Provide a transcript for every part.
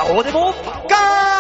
オデモガ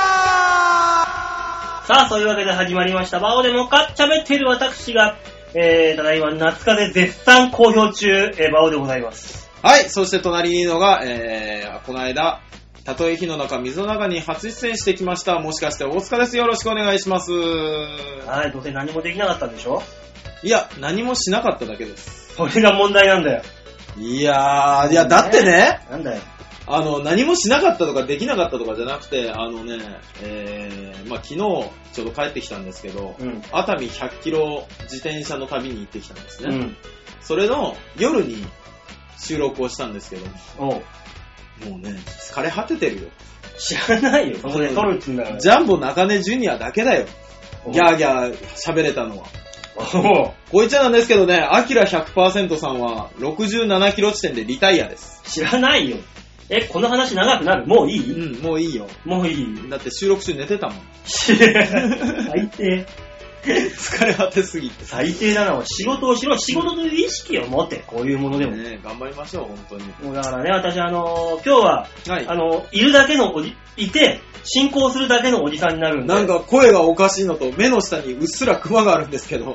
ー。さあ、そういうわけで始まりましたバオデモカ喋っている私が、ただいま夏風邪絶賛好評中、バオでございます。 はい、そして隣にいるのが、この間、たとえ火の中、水の中に初出演してきました。もしかして大塚です。よろしくお願いします。 はい、どうせ何もできなかったんでしょ？ いや、何もしなかっただけです。 それが問題なんだよ。 いや、だってね、 なんだよ。 何もしなかったとかできなかったとかじゃなくて、昨日ちょうど帰ってきたんですけど、熱海100キロ自転車の旅に行ってきたんですね。それの夜に収録をしたんですけど、もうね、疲れ果ててるよ。 知らないよ、そこで撮るっつうんだから。 ジャンボ中根ジュニアだけだよ。ギャーギャー喋れたのは。こいつなんですけどね、アキラ 100% さんは67キロ地点でリタイアです。 知らないよ。この話長くなる？もういい？ うん、もういいよ。 もういい。 だって収録中寝てたもん。 最低。 疲れ果てすぎて。 最低だな。仕事をしろ。仕事という意識を持って、こういうものでも。 ね、頑張りましょう、本当に。 もうだからね、私今日は、はい、いるだけのいて、進行するだけのおじさんになるんで。 なんか声がおかしいのと、目の下にうっすらクマがあるんですけど。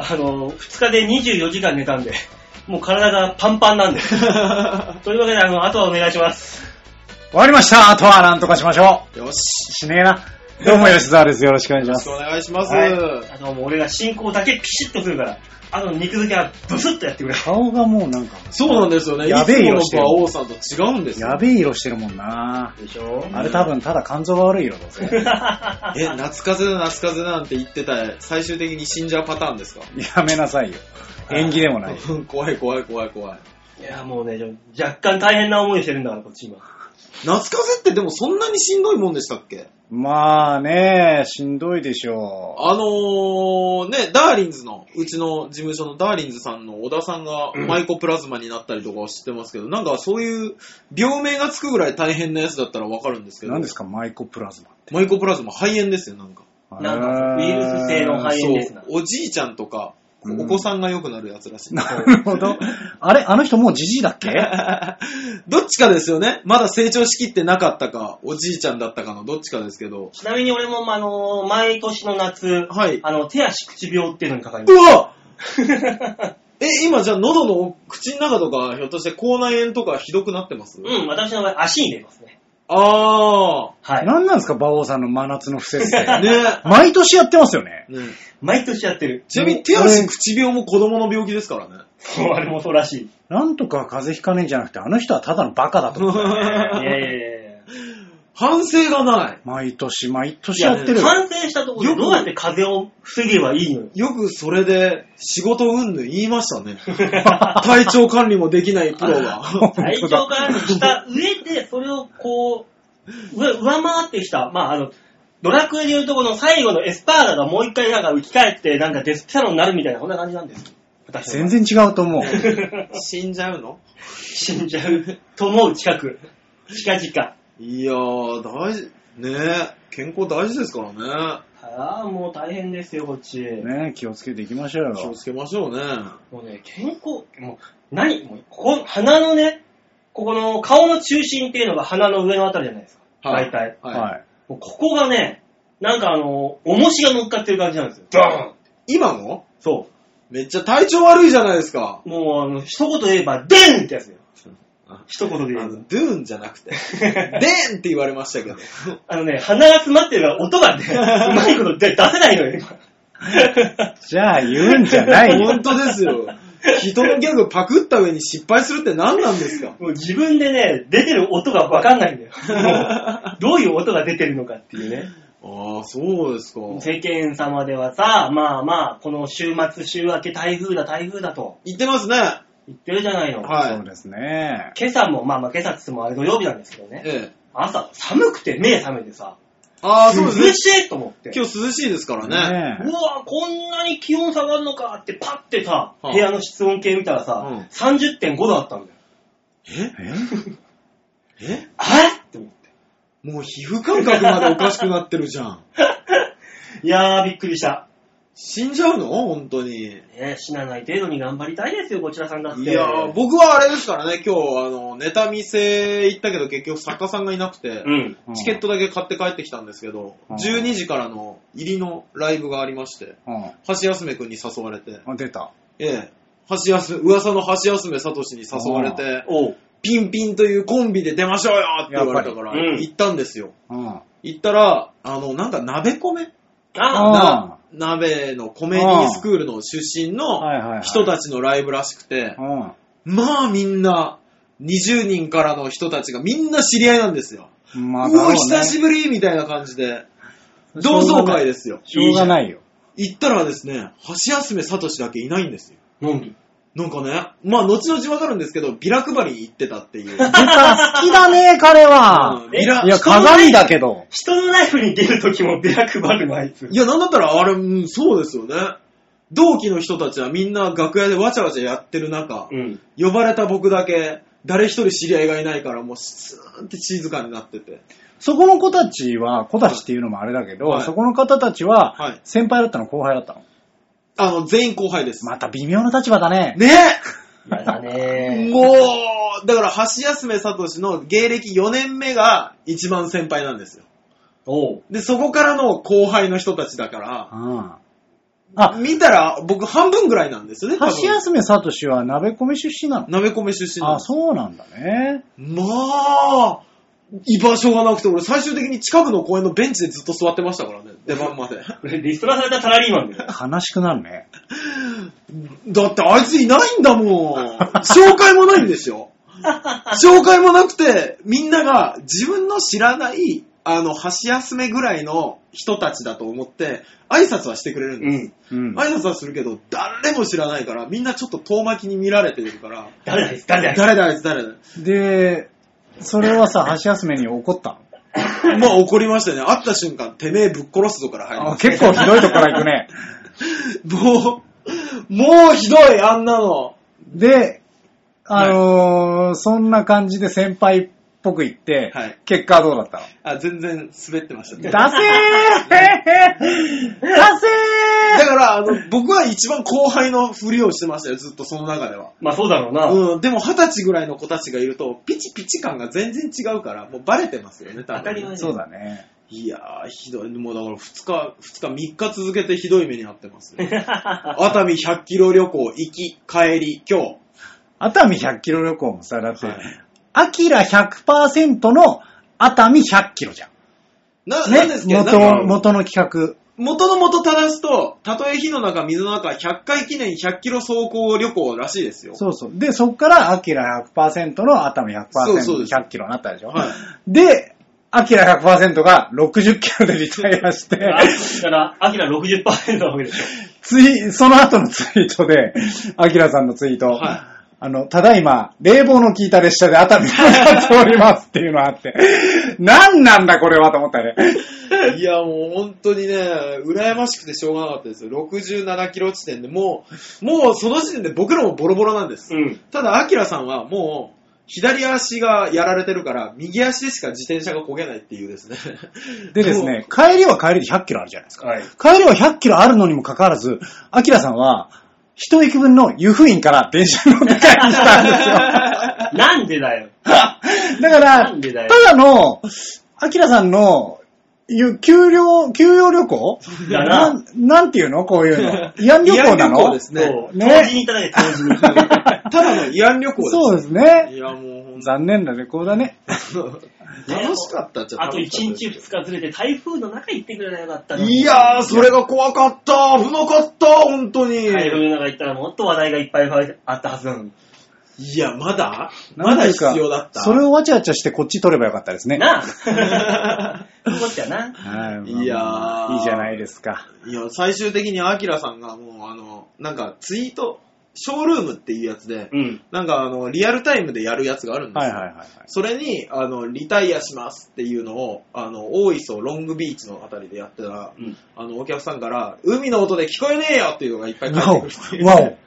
2日で24時間寝たんで、もう体がパンパンなんで。というわけで、あとはお願いします。 終わりました。あとはなんとかしましょう。 よし。 しねえな。どうも吉沢です。よろしくお願いします。 よろしくお願いします。 はい、あとはもう俺が進行だけピシッとするから、あと肉付けはブスッとやってくれ。 顔がもうなんか。 そうなんですよね。やべえ色してる。いつもの馬王さんと違うんですよ。 やべえ色してるもんな。 でしょ？ あれ多分ただ肝臓が悪い色だぜ。 夏風邪なんて言ってたら最終的に死んじゃうパターンですか？ やめなさいよ。縁起でもない。 怖い。 いやもうね、若干大変な思いしてるんだからこっち今。 夏風邪ってでもそんなにしんどいもんでしたっけ？ まあね、しんどいでしょう。ダーリンズの、うちの事務所のダーリンズさんの小田さんがマイコプラズマになったりとかは知ってますけど、なんかそういう病名がつくぐらい大変なやつだったらわかるんですけど。 何ですか、マイコプラズマって。 マイコプラズマ、肺炎ですよ、なんか。 なんかウイルス性の肺炎ですな。 おじいちゃんとか、お子さんが良くなるやつらしい。 なるほど。あの人もうじじいだっけ？ どっちかですよね。まだ成長しきってなかったか、おじいちゃんだったかのどっちかですけど。 ちなみに俺も毎年の夏、 はい、 手足口病っていうのにかかります。 うわ今じゃあ喉の口の中とか、ひょっとして口内炎とかひどくなってます？ 私の場合足に出ますね。 はい。 何なんですか、馬王さんの真夏の不節制。 ね。 毎年やってますよね。 毎年やってる。 ちなみに手足口病も子供の病気ですからね。 そう、あれもそうらしい。 なんとか風邪ひかねえんじゃなくて、あの人はただのバカだと思う、 ね。 反省がない。 毎年やってる。 反省したところでどうやって風邪を防げばいいのよ。 よくそれで仕事云々言いましたね。体調管理もできないプロが。 体調管理した上で、それをこう、上回ってきた。ドラクエでいうとこの最後のエスパーダがもう一回なんか生き返って、なんかデスピサロになるみたいな、こんな感じなんですよ。 全然違うと思う。 死んじゃうの？ 死んじゃうと思う近々。 いやー、大事。ねえ、健康大事ですからね。 もう大変ですよ、こっち。 ね、気をつけていきましょうよ。 気をつけましょうね。 もうね、健康、鼻のね、ここの顔の中心っていうのが鼻の上のあたりじゃないですか。大体。 はい。 もうここがね、なんか重しが乗っかってる感じなんですよ。ドーン！ 今の？ そう。 めっちゃ体調悪いじゃないですか。 もう一言で言えば、デンってやつだよ。一言で言えば。 ドゥーンじゃなくて、デンって言われましたけど。 鼻が詰まってるから音がね、うまいこと出せないのよ、今。 じゃあ言うんじゃないよ。 本当ですよ。人のギャグパクった上に失敗するって何なんですか？ もう自分でね、出てる音が分かんないんだよ。どういう音が出てるのかっていうね。 ああ、そうですか。 世間様ではさ、この週末、週明け台風だと。 言ってますね。 言ってるじゃないの。 はい。そうですね。 今朝も、今朝って言ってもあれ土曜日なんですけどね。朝、寒くて目覚めてさ。 そうですね。 涼しいと思って。 今日涼しいですからね。 うわ、こんなに気温下がるのかってパッてさ、部屋の室温計見たらさ、30.5 度あったんだよ。って思って。 もう皮膚感覚までおかしくなってるじゃん。 いやー、びっくりした。 死んじゃうの本当に。 ね、死なない程度に頑張りたいですよ、こちらさんだって。 いやー、僕はあれですからね、今日、ネタ見せ行ったけど結局作家さんがいなくて、チケットだけ買って帰ってきたんですけど、12時からの入りのライブがありまして、橋休めくんに誘われて。 出た。 噂の橋休めさとしに誘われて、ピンピンというコンビで出ましょうよって言われたから、行ったんですよ。行ったら、なんか鍋米鍋のコメディスクールの出身の人たちのライブらしくて、まあみんな、20人からの人たちがみんな知り合いなんですよ。まあね、久しぶりみたいな感じで、同窓会ですよ。 しょうがないよ。 行ったらですね、橋休めさとしだけいないんですよ。なんかね、まあ後々わかるんですけど、ビラ配りに行ってたっていう。 好きだね、彼は。いや、鏡だけど。 人のライブに出るときもビラ配るのあいつ。 いや、なんだったらあれ、そうですよね。同期の人たちはみんな楽屋でわちゃわちゃやってる中、呼ばれた僕だけ、誰一人知り合いがいないから、もうスーンって静かになってて。 そこの子たちは、子たちっていうのもあれだけど、そこの方たちは、先輩だったの後輩だったの？ 全員後輩です。 また微妙な立場だね。 ねやだね。 もう、だから、橋休めさとしの芸歴4年目が一番先輩なんですよ。で、そこからの後輩の人たちだから、見たら僕半分ぐらいなんですよね。 橋休めさとしは鍋米出身なの？ 鍋米出身なの。 そうなんだね。 まあ、居場所がなくて、俺最終的に近くの公園のベンチでずっと座ってましたからね、出番まで。 リストラされたサラリーマンだよ。 悲しくなるね。 だってあいついないんだもん。紹介もないんですよ。紹介もなくて、みんなが自分の知らない、橋休めぐらいの人たちだと思って、挨拶はしてくれるんです。挨拶はするけど、誰も知らないから、みんなちょっと遠巻きに見られてるから。 誰だあいつ。 で、それはさ、橋休めに怒ったの？まあ怒りましたね。会った瞬間、てめえぶっ殺すぞから入りました。 結構ひどいとこから行くね。 もうひどい、あんなの。 で、そんな感じで先輩っぽく言って、結果はどうだったの？ 全然滑ってましたね。 ダセーだから、僕は一番後輩のふりをしてましたよ、ずっとその中では。 まあそうだろうな。 でも20歳ぐらいの子たちがいると、ピチピチ感が全然違うから、もうバレてますよね、多分。 当たり前。 そうだね。 いやー、ひどい。もうだから3日続けてひどい目に遭ってますね。熱海100キロ旅行、行き、帰り、今日。 熱海100キロ旅行もさ、だって、アキラ 100% の熱海100キロじゃん。 なんですけど、 元の企画。 元の元正すと、たとえ火の中、水の中、100回記念100キロ走行旅行らしいですよ。 そうそう。で、そっから、アキラ 100% の熱海 100%、100キロになったでしょ。で、アキラ 100% が60キロでリタイアして。だから、アキラ 60% なわけでしょ。 その後のツイートで、アキラさんのツイート。ただいま、冷房の効いた列車で熱海に向かっておりますっていうのがあって、何なんだこれはと思ったね。 いや、もう本当にね、羨ましくてしょうがなかったですよ。67キロ地点でもうその時点で僕らもボロボロなんです。ただ、アキラさんはもう、左足がやられてるから、右足でしか自転車が漕げないっていうですね。 でですね、帰りは帰りで100キロあるじゃないですか。帰りは100キロあるのにもかかわらず、アキラさんは、一駅分の湯布院から電車に乗って帰ってきたんですよ。 なんでだよ。 だから、ただの、アキラさんの、休養旅行なんていうのこういうの。慰安旅行なの？ 慰安旅行ですね。 当時に行っただけ、当時に。 ただの慰安旅行です。 そうですね。 いや、もう残念な旅行だね。 楽しかったっちゃあと1日2日ずれて台風の中行ってくれなかったの。 いやー、それが怖かった。危なかった。本当に。 台風の中行ったらもっと話題がいっぱいあったはずなのに。 いや、まだ必要だった。 それをわちゃわちゃしてこっち取ればよかったですね。 なあ。こっちはな。 いやー。 いいじゃないですか。 いや、最終的にアキラさんがもうなんかツイート、ショールームっていうやつで、なんかリアルタイムでやるやつがあるんですよ。それに、リタイアしますっていうのを、大磯ロングビーチのあたりでやってたら、お客さんから、海の音で聞こえねえよっていうのがいっぱい返ってくるっていう。 わお。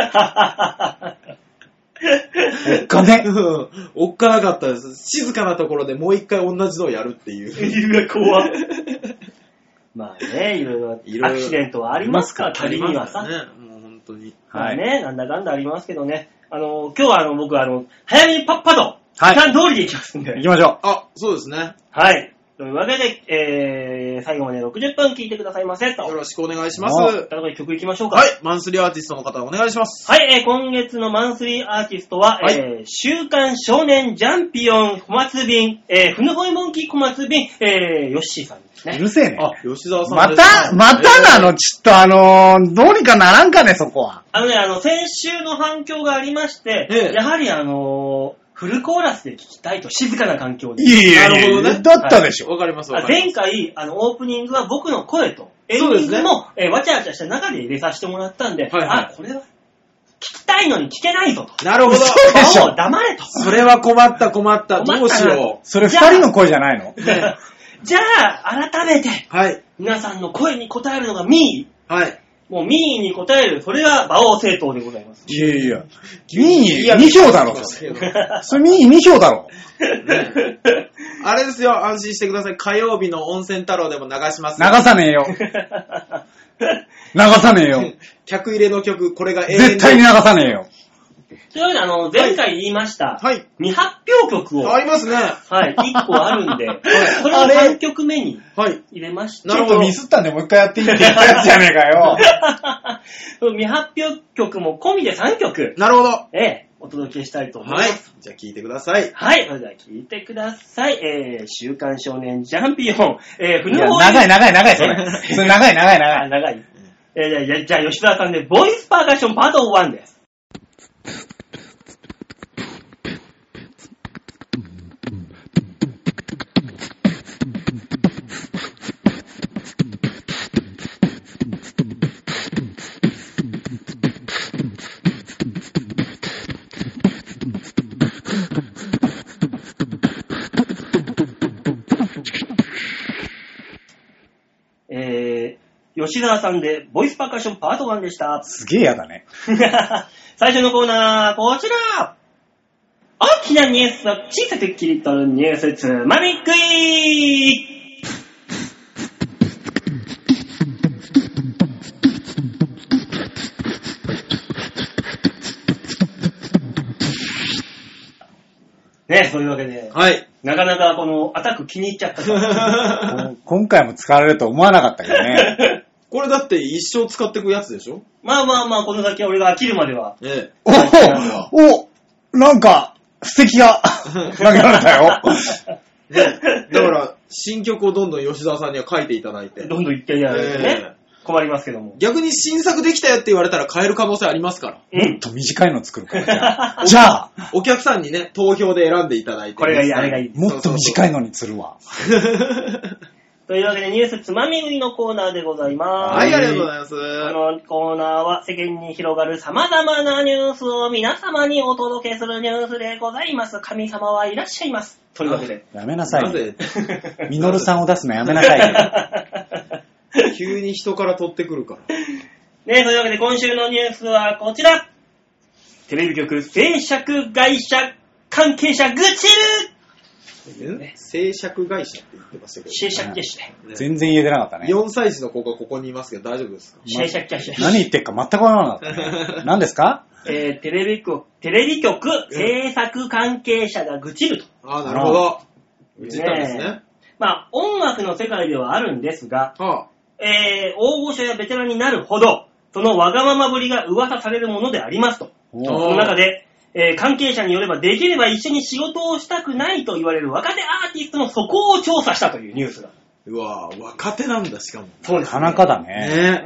おっかね。 おっかなかったです。静かなところでもう一回同じのをやるっていう。 怖っ。 まあね、いろいろアクシデントはありますから、旅にはさ。 ね、もう本当に。 まあね、なんだかんだありますけどね。今日は僕早めにパッパと、 はい。 時間通りでいきますんで。 行きましょう。 あ、そうですね。 はい。というわけで、最後まで60分聞いてくださいませと。 よろしくお願いします。 というわけで曲いきましょうか。 はい、マンスリーアーティストの方お願いします。 はい、今月のマンスリーアーティストは、 はい、 週刊少年ジャンピオン小松便、ふぬほいモンキー小松便、ヨッシーさんですね。 うるせえね。 あ、吉沢さんまです。 たなの、ちょっとどうにかならんかね、そこは。 先週の反響がありまして、やはりフルコーラスで聴きたいと、静かな環境で。 なるほどね。 だったでしょ。 わかります。 前回、オープニングは僕の声と、エンディングも、わちゃわちゃした中で入れさせてもらったんで、 はいはい、 これは、聞きたいのに聞けないぞと。 なるほど。 そうでしょ。 黙れと。 それは困った。どうしよう。 それ二人の声じゃないの？ じゃあ、改めて、 はい。 皆さんの声に応えるのがミー。はい。 もうミーに応える、それが馬王政党でございます。 いやいや。ミー2票だろ。それミー2票だろ。 ね、あれですよ、安心してください。火曜日の温泉太郎でも流します。 流さねえよ。流さねえよ。 客入れの曲、これが絶対に流さねえよ。 というわけで、前回言いました、 はい。 未発表曲を。 ありますね。 はい、1個あるんで、これを3曲目に入れました。 ちょっとミスったんでもう一回やっていいって言ったやつじゃねえかよ。 未発表曲も込みで3曲。 なるほど。 お届けしたいと思います。 はい。じゃあ聴いてください。 はい。それでは聴いてください。週刊少年ジャンピオン。 長い、それ。それ長い。 長い。じゃあ吉沢さんで、ボイスパーカッションパート1です。吉沢さんで、ボイスパーカッションパート1でした。 すげえやだね。 最初のコーナー、こちら。大きなニュースを小さく切り取るニュースつまみ食い。ね、そういうわけで。 はい。 なかなかこのアタック気に入っちゃったから。 今回も使われると思わなかったけどね。 これだって一生使っていくやつでしょ？ まあ、この先俺が飽きるまでは。 なんか、布石が投げられたよ。 だから、新曲をどんどん吉沢さんには書いていただいて。 どんどん言っていただいてね。困りますけども。 逆に新作できたよって言われたら変える可能性ありますから。 もっと短いの作るから。じゃあ、 お客さんにね、投票で選んでいただいて。 これがいい、あれがいい。 もっと短いのに釣るわ。 というわけでニュースつまみ食いのコーナーでございます。 はい、ありがとうございます。 このコーナーは世間に広がる様々なニュースを皆様にお届けするニュースでございます。神様はいらっしゃいます。というわけで。 やめなさい。なぜミノルさんを出すのやめなさい。 急に人から取ってくるから。 ね、というわけで今週のニュースはこちら。テレビ局制作会社関係者愚痴る制作会社って言ってましたけど。 制作でしたね。 全然言えてなかったね。 4歳児の子がここにいますけど大丈夫ですか？ 制作会社。 何言ってるか全くわからなかったね。何ですか？ テレビ局制作関係者が愚痴ると。 ああ、なるほど。愚痴ったんですね。 まあ、音楽の世界ではあるんですが、大御所やベテランになるほど、そのわがままぶりが噂されるものでありますと。その中で、関係者によればできれば一緒に仕事をしたくないと言われる若手アーティストの素行を調査したというニュースが。 うわぁ、若手なんだ、しかも。 そうです、ね。 田中だね。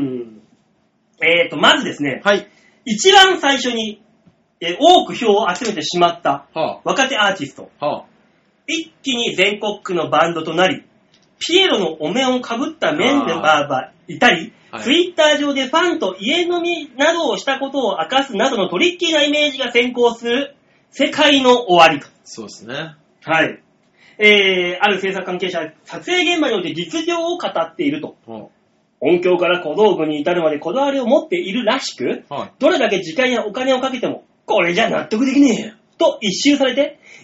まずですね、 はい。 一番最初に、多く票を集めてしまった若手アーティスト。一気に全国区のバンドとなり、ピエロのお面をかぶったメンバーがいたり、ツイッター上でファンと家飲みなどをしたことを明かすなどのトリッキーなイメージが先行する世界の終わりと。 そうですね。 はい。ある制作関係者は撮影現場において実情を語っていると。音響から小道具に至るまでこだわりを持っているらしく、どれだけ時間やお金をかけても、これじゃ納得できねえよと一周されて、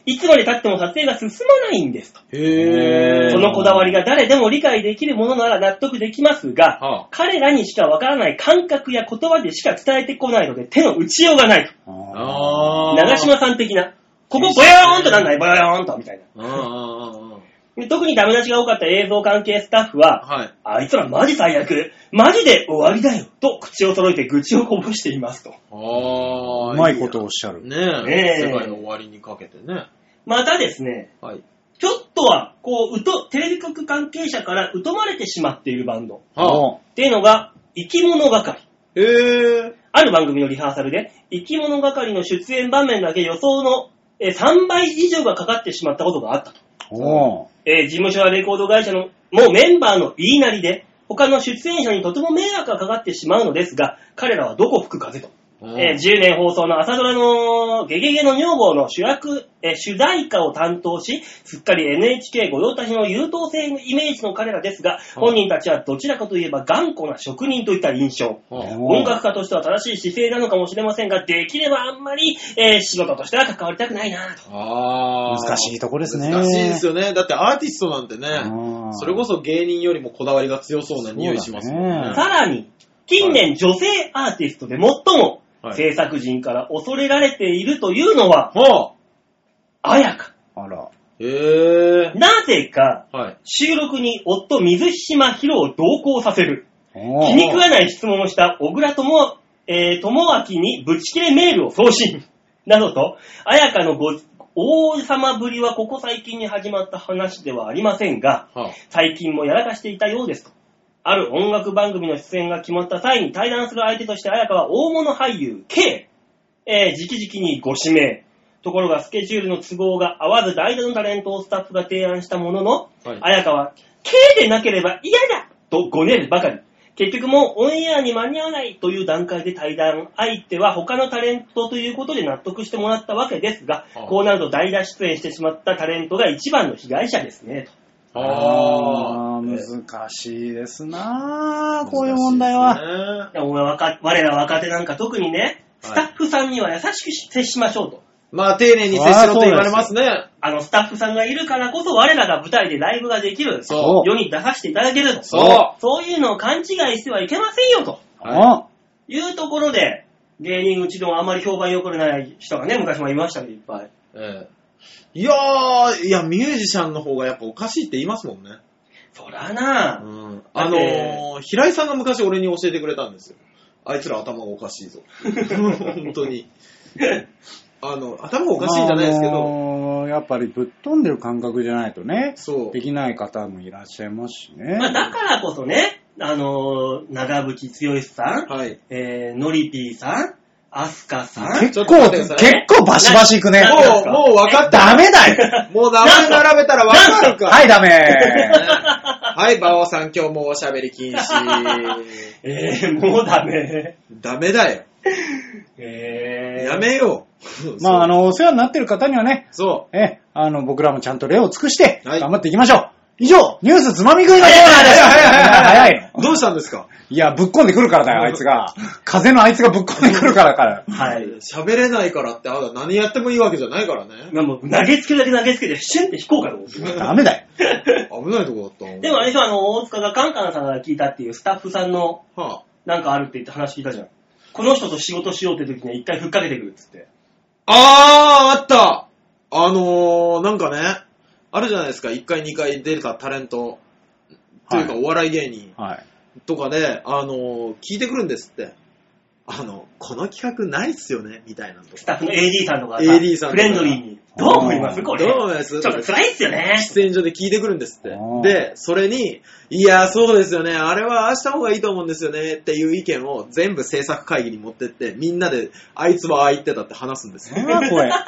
いつまで経っても撮影が進まないんですと。 へー。 そのこだわりが誰でも理解できるものなら納得できますが、彼らにしかわからない感覚や言葉でしか伝えてこないので手の打ちようがないと。長嶋さん的な。ここボヨーンとなんないボヨーンとみたいな。特にダメ出しが多かった映像関係スタッフは、はい、あいつらマジ最悪、マジで終わりだよと口を揃えて愚痴をこぼしていますと。 うまいことをおっしゃる。 ねえ。世界の終わりにかけてね。 またですね、はい、ちょっとはこうテレビ局関係者から疎まれてしまっているバンド、っていうのが生き物係。ある番組のリハーサルで生き物係の出演場面だけ予想の3倍以上がかかってしまったことがあったと。事務所やレコード会社のもうメンバーの言いなりで他の出演者にとても迷惑がかかってしまうのですが、彼らはどこ吹く風と。10年放送の朝ドラのゲゲゲの女房の主題歌を担当し、すっかり NHK 御用達の優等生イメージの彼らですが、本人たちはどちらかといえば頑固な職人といった印象。音楽家としては正しい姿勢なのかもしれませんが、できればあんまり、仕事としては関わりたくないなと。 難しいとこですね。 難しいですよね。だってアーティストなんてね、それこそ芸人よりもこだわりが強そうな匂いしますもんね。 さらに、近年女性アーティストで最も制作陣から恐れられているというのは、彩香。 あら。 なぜか、収録に夫水島ヒロを同行させる。気に食わない質問をした小倉智明にぶち切れメールを送信。などと、彩香の王様ぶりはここ最近に始まった話ではありませんが、最近もやらかしていたようですと。ある音楽番組の出演が決まった際に対談する相手として彩香は大物俳優 K、直々にご指名。ところがスケジュールの都合が合わず代打のタレントをスタッフが提案したものの、彩香は K でなければ嫌だとごねるばかり。結局もうオンエアに間に合わないという段階で対談相手は他のタレントということで納得してもらったわけですが、こうなると代打出演してしまったタレントが一番の被害者ですねと。 難しいですなぁ、こういう問題は。 我ら若手なんか特にね、スタッフさんには優しく接しましょうと。 まあ丁寧に接しろと言われますね。 スタッフさんがいるからこそ我らが舞台でライブができる。世に出させていただけると。そういうのを勘違いしてはいけませんよと。いうところで、芸人うちのあまり評判良くない人がね、昔もいましたけど、いっぱい。 いやミュージシャンの方がやっぱおかしいって言いますもんね。 そらなぁ。平井さんが昔俺に教えてくれたんですよ。あいつら頭がおかしいぞ。本当に。頭がおかしいんじゃないですけど。 やっぱりぶっ飛んでる感覚じゃないとね、できない方もいらっしゃいますしね。 だからこそね、長渕剛さん、のりぴーさん、アスカさん。 結構バシバシいくね。 もう分かった。 ダメだよ。 もう名前並べたら分かるか。 はい、ダメ。 はい、馬王さん今日もおしゃべり禁止。 もうダメ。 ダメだよ。やめよう。まあ、お世話になってる方にはね、僕らもちゃんと礼を尽くして、頑張っていきましょう。以上、ニュースつまみ食いのコーナーです。早いの。 どうしたんですか？ いや、ぶっこんでくるからだよ、あいつが。風のあいつがぶっこんでくるから。 喋れないからって、何やってもいいわけじゃないからね。 もう投げつけるだけ投げつけて、シュンって引こうかと思って。 ダメだよ。 危ないとこだった。 でもあれでしょ、大塚がカンカンさんが聞いたっていうスタッフさんの、なんかあるって言って話聞いたじゃん。この人と仕事しようって時には一回ふっかけてくるっつって。 あった。なんかね、あるじゃないですか、1回2回出たタレント、というかお笑い芸人とかで、聞いてくるんですって。この企画ないっすよねみたいなとか。 スタッフの AD さんとかフレンドリーに。どう思いますこれ。 どう思いますちょっと辛いっすよね。 出演所で聞いてくるんですって。で、それに、いや、そうですよね。あれはした方がいいと思うんですよね。っていう意見を全部制作会議に持ってって、みんなで、あいつはああ言ってたって話すんですよ。 怖い。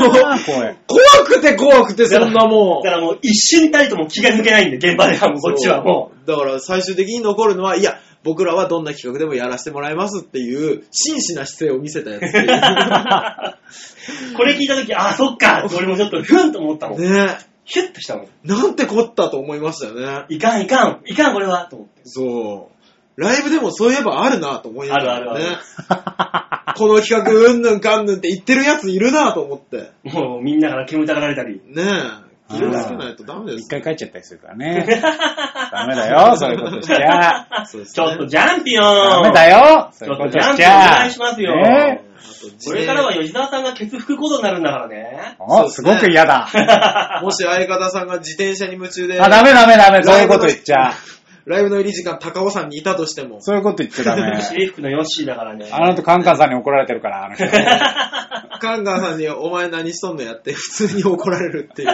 怖くて、そんなもん。だからもう一瞬たりとも気が抜けないんで、現場ではもうこっちはもう。だから最終的に残るのは、いや、僕らはどんな企画でもやらせてもらいますっていう真摯な姿勢を見せたやつっていう。 これ聞いたとき、そっか俺もちょっとふんと思ったもん。 ねヒュッとしたもん。 なんてこったと思いましたよね。 いかんこれはと思って。 そう。ライブでもそういえばあるなと思いましたね。 ある。 この企画うんぬんかんぬんって言ってるやついるなと思って。 もうみんなから煙たがられたり。 ねえ。気をつけないとダメです。 一回帰っちゃったりするからね。ダメだよ、そういうことしちゃ。 ちょっとジャンピオン。 ダメだよ、 そういうことしちゃ。ちょっとジャンピオンお願いしますよ。これからは吉沢さんがケツ吹くことになるんだからね。 すごく嫌だ。 もし相方さんが自転車に夢中で。 ダメ、そういうこと言っちゃ。 ライブの入り時間、高尾山にいたとしても。 そういうこと言っちゃダメ。 制服のヨッシーだからね。 あの後カンカンさんに怒られてるから、あの人。 カンカンさんに、お前何しとんのやって、普通に怒られるっていう。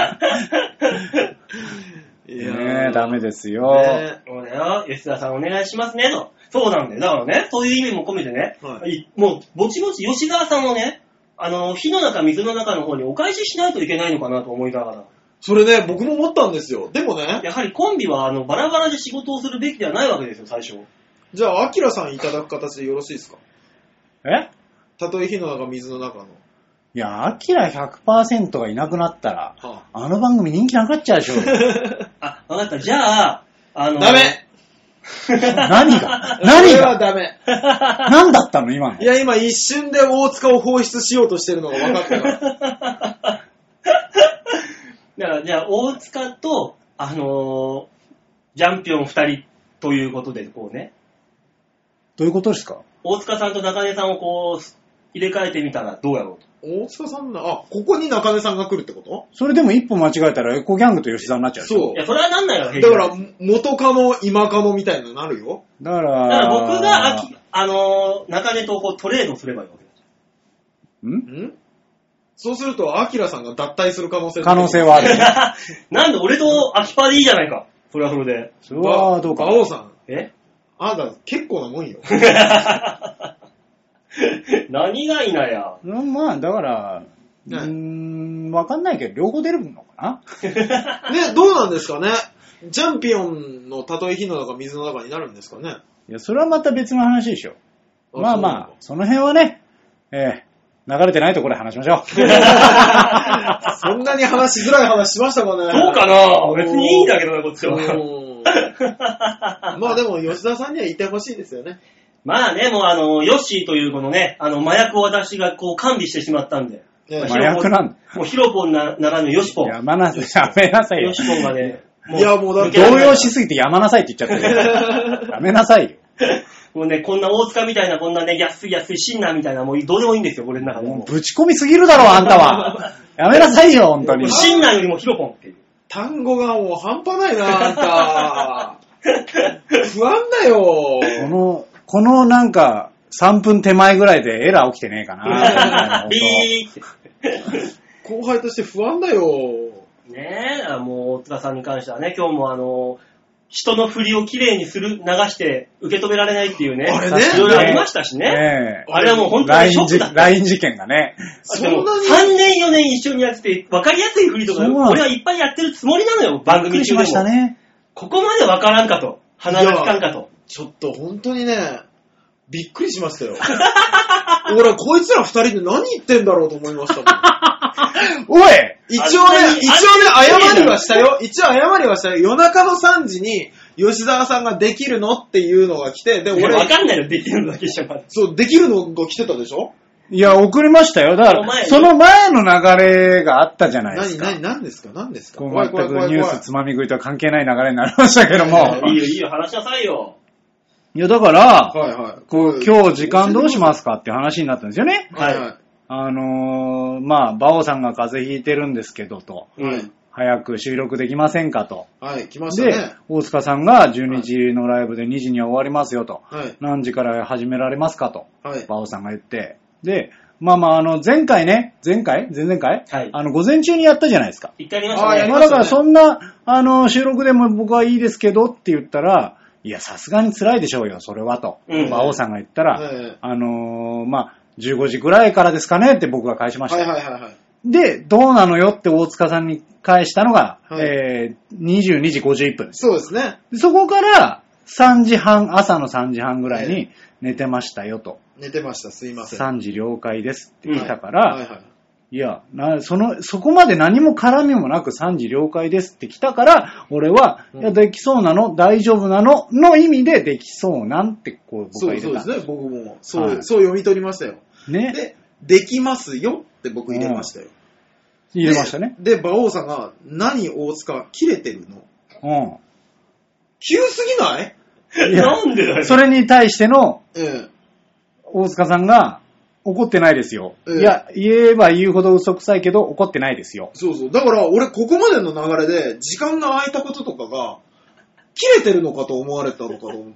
ねえ、ダメですよ。 そうだよ。吉田さんお願いしますね、と。そうなんだよ。だからね、そういう意味も込めてね、はい、もう、ぼちぼち吉沢さんをね、火の中、水の中の方にお返ししないといけないのかなと思いながら。 それね、僕も思ったんですよ。でもね。 やはりコンビは、バラバラで仕事をするべきではないわけですよ、最初。 じゃあ、アキラさんいただく形でよろしいですか？たとえ火の中、水の中の。 いや、アキラ 100% がいなくなったら、あの番組人気なくなっちゃうでしょ。 あ、わかった。じゃあ、 ダメ何がそれはダメ。 何だったの今の。 いや、今一瞬で大塚を放出しようとしてるのが分かったから。 だから、じゃあ、大塚と、ジャンピオン2人ということで、こうね。 どういうことですか？ 大塚さんと中根さんをこう、入れ替えてみたらどうやろうと。 大塚さんここに中根さんが来るってこと？ それでも一歩間違えたらエコギャングと吉沢になっちゃうでしょ。 そう。いや、それはなんないよ、 だから、元カノ、今カノみたいになるよ。 だから僕が、中根とこうトレードすればいいわけです。 んそうすると、アキラさんが脱退する可能性はある。 なんで俺とアキパでいいじゃないか。それはそれで。 それはどうか。 馬王さん。 あなた結構なもんよ。 何がいなや。 まあ、だから、わかんないけど、両方出るのかなね、どうなんですかね。チャンピオンのたとえ火の中、水の中になるんですかね。 いや、それはまた別の話でしょ。まあ、その辺はね、流れてないところで話しましょう。そんなに話しづらい話しましたかね。 そうかな？別にいいんだけどね、こっちは。 まあでも、吉田さんにはいてほしいですよね。 まあね、もうヨッシーというこのね、麻薬を私がこう完備してしまったんで。 麻薬なんだ。 もうヒロポンならぬヨシポン。 やめなさいよ。 ヨシポンがね。 いやもうだって動揺しすぎてやまなさいって言っちゃったよ。やめなさいよ。 もうね、こんな大塚みたいな、こんなね、安いシンナーみたいな、もうどうでもいいんですよ、俺の中で。 もうぶち込みすぎるだろ、あんたは。やめなさいよ、本当に。 シンナーよりもヒロポンっていう。 単語がもう半端ないな、あんた。不安だよ。 このなんか、3分手前ぐらいでエラー起きてねえかな。 ビーって。 後輩として不安だよ。 ねえ、もう大塚さんに関してはね、今日も人の振りをきれいに流して受け止められないっていうね。 あれね。 いろいろありましたしね。あれはもう本当にショックだった。 LINE 事件がね。 そんなに3年4年一緒にやってて、分かりやすい振りとか、俺はいっぱいやってるつもりなのよ、番組中でも。びっくりしましたね。ここまで分からんかと。鼻がつかんかと。 ちょっと本当にね、びっくりしましたよ。俺、こいつら二人で何言ってんだろうと思いましたもん。 おい一応ね、謝りはしたよ。夜中の3時に、吉沢さんができるのっていうのが来て、で、俺。 わかんないよ、できるのだけしか。 そう、できるのが来てたでしょ？ いや、送りましたよ。だから、その前の流れがあったじゃないですか。 何ですか全くニュースつまみ食いとは関係ない流れになりましたけども。 いいよ、話しなさいよ。 いや、だから、今日時間どうしますかって話になったんですよね。 はいはい。 まあ、馬王さんが風邪ひいてるんですけどと。早く収録できませんかと。 はい、来ましたね。 で、大塚さんが12時のライブで2時には終わりますよと。はい。何時から始められますかと。はい。馬王さんが言って。で、まあ、前回ね、前々回はい。午前中にやったじゃないですか。 一回やりましたね。 だからそんな、収録でも僕はいいですけどって言ったら、いや、さすがに辛いでしょうよ、それはと。馬王さんが言ったら、まあ、15時ぐらいからですかねって僕が返しました。はい。で、どうなのよって大塚さんに返したのが、22時51分です。 そうですね。 そこから3時半、朝の3時半ぐらいに寝てましたよと。 寝てました、すいません。 3時了解ですって言ったから、 いや、そこまで何も絡みもなく3時了解ですって来たから、俺は、いや、できそうなの大丈夫なのの意味でできそうなんて、こう、僕は入れた。 そうですね、僕も。そう読み取りましたよ。 ね。 で、できますよって僕入れましたよ。 入れましたね。 で、馬王さんが、何大塚、切れてるの？急すぎない？ いや、なんでだよ。 それに対しての、大塚さんが、怒ってないですよ。いや、言えば言うほど嘘くさいけど、怒ってないですよ。 そう。だから、俺、ここまでの流れで、時間が空いたこととかが、切れてるのかと思われたのかと思って。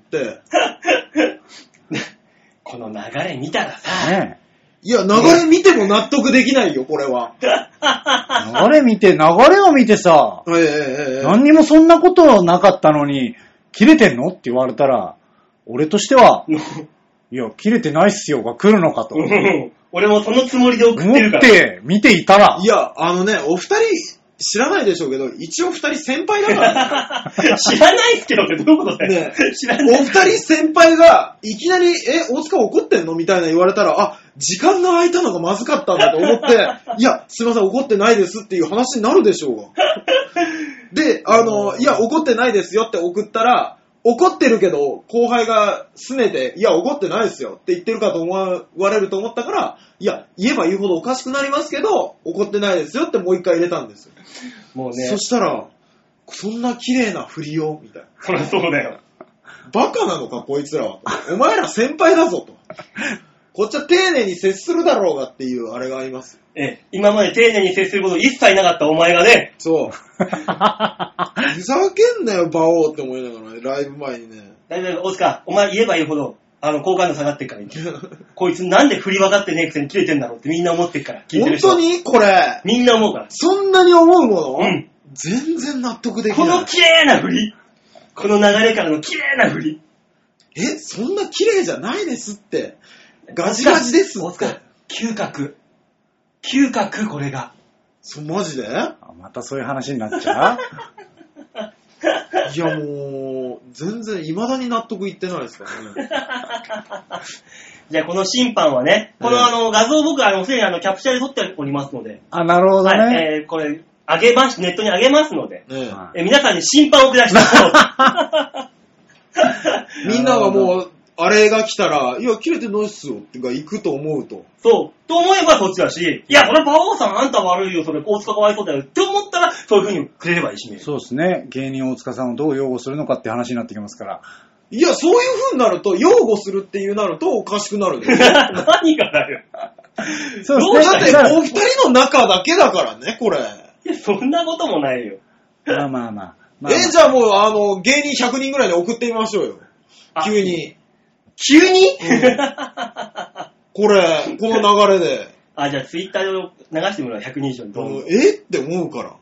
この流れ見たらさ、ね、 いや、流れ見ても納得できないよ、これは。 流れを見てさ、何にもそんなことなかったのに、切れてんのって言われたら、俺としては、いや、切れてないっすよが来るのかと。 俺もそのつもりで送ってるから。 思って見ていたら。 いや、お二人知らないでしょうけど、一応二人先輩だからね。知らないっすけどってどういうことだよ。ね、知らない。 お二人先輩が、いきなり、大塚怒ってんのみたいな言われたら、時間が空いたのがまずかったんだと思って、いや、すいません、怒ってないですっていう話になるでしょうが。で、いや、怒ってないですよって送ったら、怒ってるけど、後輩が拗ねて、いや、怒ってないですよって言ってるかと思われると思ったから、いや、言えば言うほどおかしくなりますけど、怒ってないですよってもう一回入れたんですよ。 もうね。 そしたら、そんな綺麗な振りをみたいな。 そりゃそうだよ。 バカなのか、こいつらは。お前ら先輩だぞと。こっちは丁寧に接するだろうがっていうあれがあります。 今まで丁寧に接すること一切なかったお前がね。 そう。ふざけんなよ、馬王って思いながらね、ライブ前にね。 大丈夫、大塚、お前言えば言うほど、好感度下がってっから今。こいつなんで振り分かってねえくせに切れてんだろうってみんな思ってっから。聞いてる人。 本当にこれ。 みんな思うから。 そんなに思うもの？ うん。 全然納得できない。 この綺麗な振り。この流れからの綺麗な振り。 そんな綺麗じゃないですって。ガジガジですって。 嗅覚、これが。 マジで？ またそういう話になっちゃういやもう、全然未だに納得いってないですからね。 じゃあこの審判はね、この画像僕すでにキャプチャーで撮っておりますので。 なるほどね。 はい、これ、ネットに上げますので、皆さんに審判を下したみんながもう、あれが来たら、いや、切れてないっすよってが行くと思うと。 そう。と思えばそっちだし、いや、それ馬王さんあんた悪いよ、それ大塚かわいそうだよって思ったら、そういう風にくれればいいしね。 そうですね。芸人大塚さんをどう擁護するのかって話になってきますから。 いや、そういう風になると、擁護するっていうなるとおかしくなるんですよ。 何がだよ。 そうですね。だって、お二人の中だけだからね、これ。 いや、そんなこともないよ。 まあ。 じゃあもう、芸人100人ぐらいで送ってみましょうよ。急に。 急に、 この流れで。 じゃあツイッターで流してもらう100人以上にどうって思うから。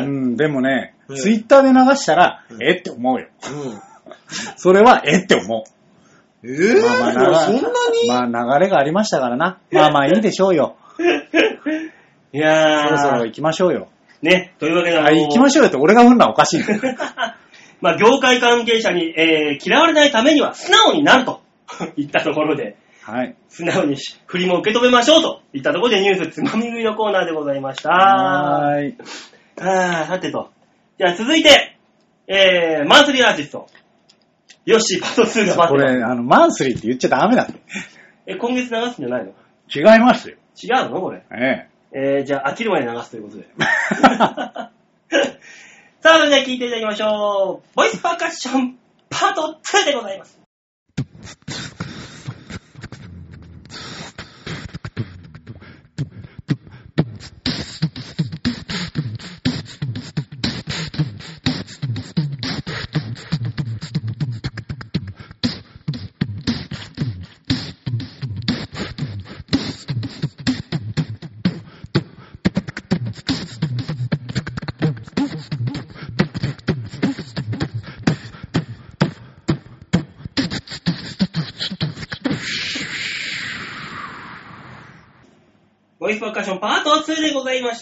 でもね、ツイッターで流したら、って思うよ。それは、って思う。 そんなに流れがありましたからな。まあいいでしょうよ。 いやー。 そろそろ行きましょうよ。 ね、というわけで行きましょうよって俺が踏んだらおかしい。 業界関係者に、嫌われないためには素直になるといったところで、 はい、 素直に振りも受け止めましょうといったところでニュースつまみ食いのコーナーでございました。さてと。じゃあ続いて、マンスリーアーティスト。ヨッシーパート2が待ってます。 これ、マンスリーって言っちゃダメだって。 今月流すんじゃないの？ 違いますよ。 違うのこれ。じゃあ飽きるまで流すということで。さあ、それでは聴いていただきましょう。ボイスパーカッションパート2でございます。ボイスパーカッションパート2でございました。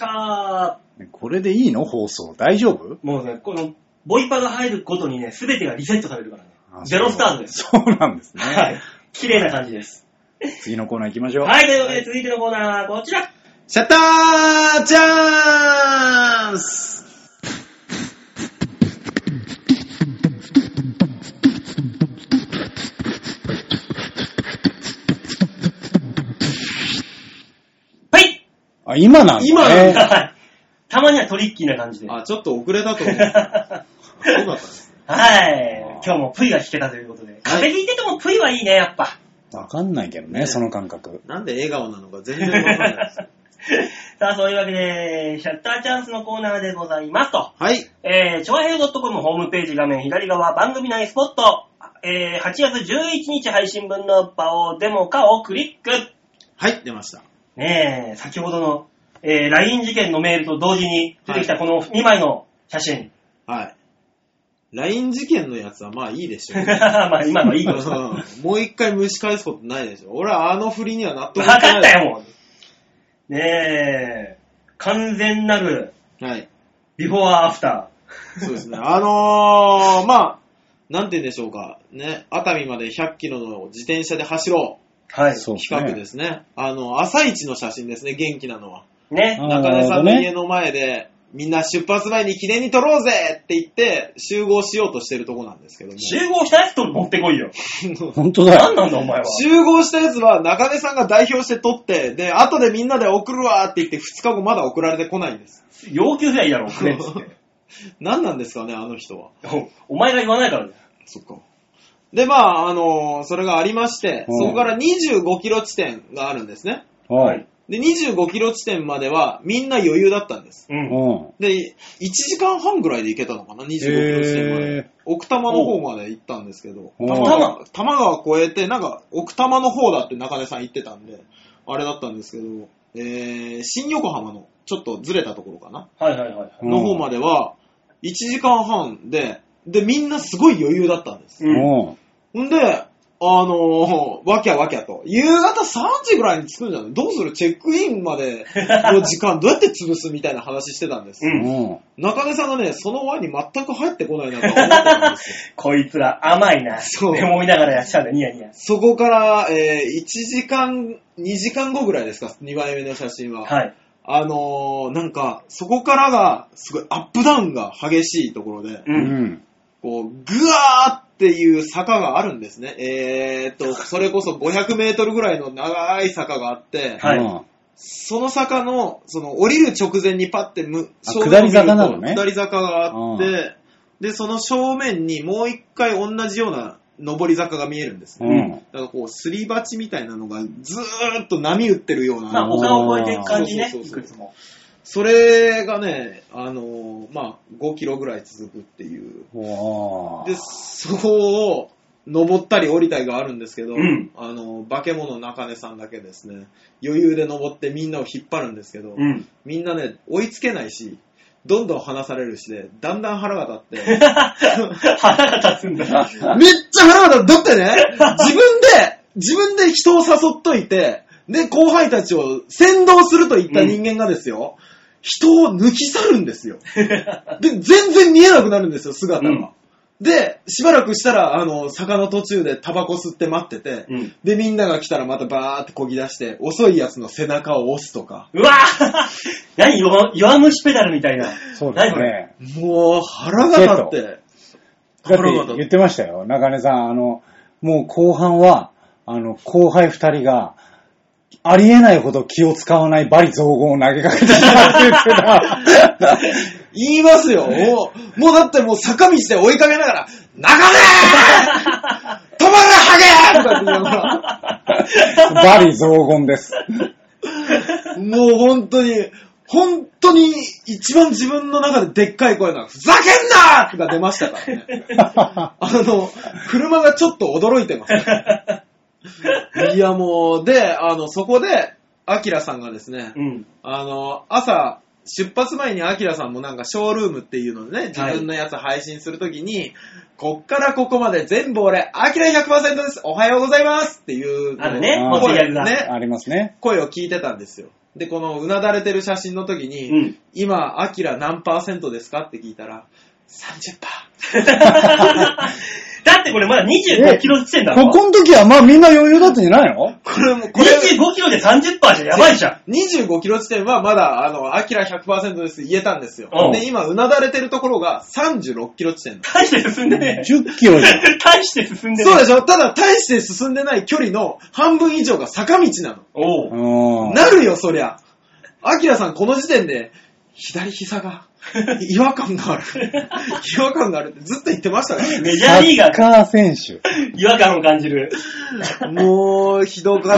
これでいいの放送大丈夫？ もうね、このボイパが入るごとにね、すべてがリセットされるからね。ゼロスタートです。 そうなんですね。 はい。綺麗な感じです。 次のコーナー行きましょう。 はい、というわけで続いてのコーナーはこちら。 シャッターチャンス。 今なんだ、ね。 今なんだ。 たまにはトリッキーな感じで。 ちょっと遅れたと思う。よかったです。 はい。今日もプイが弾けたということで。風邪ひいててもプイはいいね、やっぱ。 わかんないけどね、その感覚。 なんで笑顔なのか全然わかんないです。 さあ、そういうわけで、シャッターチャンスのコーナーでございますと。 はい。 ちょわへい .com ホームページ画面左側番組内スポット、8月11日配信分の場をデモ化をクリック。 はい、出ました。 ねえ、先ほどの、LINE 事件のメールと同時に出てきたこの2枚の写真。 はい。LINE 事件のやつはまあいいでしょう。 まあ今のいいとしもう一回蒸し返すことないでしょ。俺はあの振りには納得いかない。分かったよ、もう。ねえ、完全なる、 はい。 ビフォーアフター。そうですね。まあ、なんて言うんでしょうか。ね、熱海まで100キロの自転車で走ろう。 はい。 企画ですね。朝一の写真ですね、元気なのは。 ね。 中根さんの家の前で、みんな出発前に記念に撮ろうぜって言って、集合しようとしてるとこなんですけども。 集合したやつと持ってこいよ。 本当だよ。 何なんだお前は。 集合したやつは中根さんが代表して撮って、で、後でみんなで送るわって言って2日後まだ送られてこないんです。 要求すりゃいいだろ、送れっつって。 何なんですかね、あの人は。 お前が言わないからね。 そっか。で、まあ、それがありまして、そこから25キロ地点があるんですね。 はい。 で、25キロ地点まではみんな余裕だったんです。 うん。 で、1時間半ぐらいで行けたのかな、25キロ地点まで。奥多摩の方まで行ったんですけど、多摩川越えて、なんか奥多摩の方だって中根さん言ってたんで、あれだったんですけど、新横浜のちょっとずれたところかな。 はいはいはい。 の方までは、1時間半で、みんなすごい余裕だったんです。んで、わきゃわきゃと。夕方3時ぐらいに着くんじゃないどうするチェックインまでの時間どうやって潰すみたいな話してたんです。中根さんがね、その輪に全く入ってこないなと思ってたんですよ。 こいつら甘いな。そう。って思いながらやっちゃうんだ、ニヤニヤ。 そこから、1時間、2時間後ぐらいですか、2枚目の写真は。 はい。 なんか、そこからが、すごいアップダウンが激しいところで、こう、ぐわーっていう坂があるんですね。それこそ500メートルぐらいの長い坂があって、 はい。 その坂の、降りる直前にパッて下り坂なのね。 下り坂があって、で、その正面にもう一回同じような上り坂が見えるんです。だからこう、すり鉢みたいなのがずーっと波打ってるような。 まあ、丘を越えていく感じね。いくつも。 それがね、まあ、5キロぐらい続くっていう。で、そこを登ったり降りたりがあるんですけど、化け物中根さんだけですね、余裕で登ってみんなを引っ張るんですけど、みんなね、追いつけないし、どんどん離されるしで、だんだん腹が立って。 腹が立つんだ。 めっちゃ腹が立つ。だってね、自分で人を誘っといて、で、後輩たちを先導するといった人間がですよ、人を抜き去るんですよ。で、全然見えなくなるんですよ、姿が。で、しばらくしたら、坂の途中でタバコ吸って待ってて、で、みんなが来たらまたバーって漕ぎ出して、遅いやつの背中を押すとか。 うわぁ何弱虫ペダルみたいな。 そうですね。 もう、腹が立って。 だって言ってましたよ、中根さん。もう後半は、後輩2人が、ありえないほど気を使わない罵詈雑言を投げかけてきたって言ってた。 言いますよ。もうだってもう坂道で追いかけながら、中根止まれハゲとかって言いながら。 罵詈雑言です。 もう本当に一番自分の中ででっかい声が、ふざけんなーとか出ましたからね。車がちょっと驚いてます、ね。いやもう、で、そこで、アキラさんがですね、朝、出発前にアキラさんもなんかショールームっていうのでね、自分のやつ配信するときに、こっからここまで全部俺、アキラ 100% です、おはようございますっていうあるね、 声ね、 ありますね。 声を聞いてたんですよ。で、このうなだれてる写真の時に、今、アキラ何%ですかって聞いたら、30%。 だってこれまだ25キロ地点だろ。 ここの時はまあみんな余裕だったんじゃないの？ これ 25キロで 30% じゃやばいじゃん。 25キロ地点はまだ、アキラ 100% です言えたんですよ。で、今、うなだれてるところが36キロ地点。 大して進んでねえ。 10キロじゃん。 大して進んでねえ。 そうでしょ？ただ、大して進んでない距離の半分以上が坂道なの。 おう。 なるよ、そりゃ。アキラさん、この時点で、左膝が、違和感がある。違和感があるってずっと言ってましたからね。 メジャーリーガー。 サッカー選手。 違和感を感じる。 もう、ひどかった。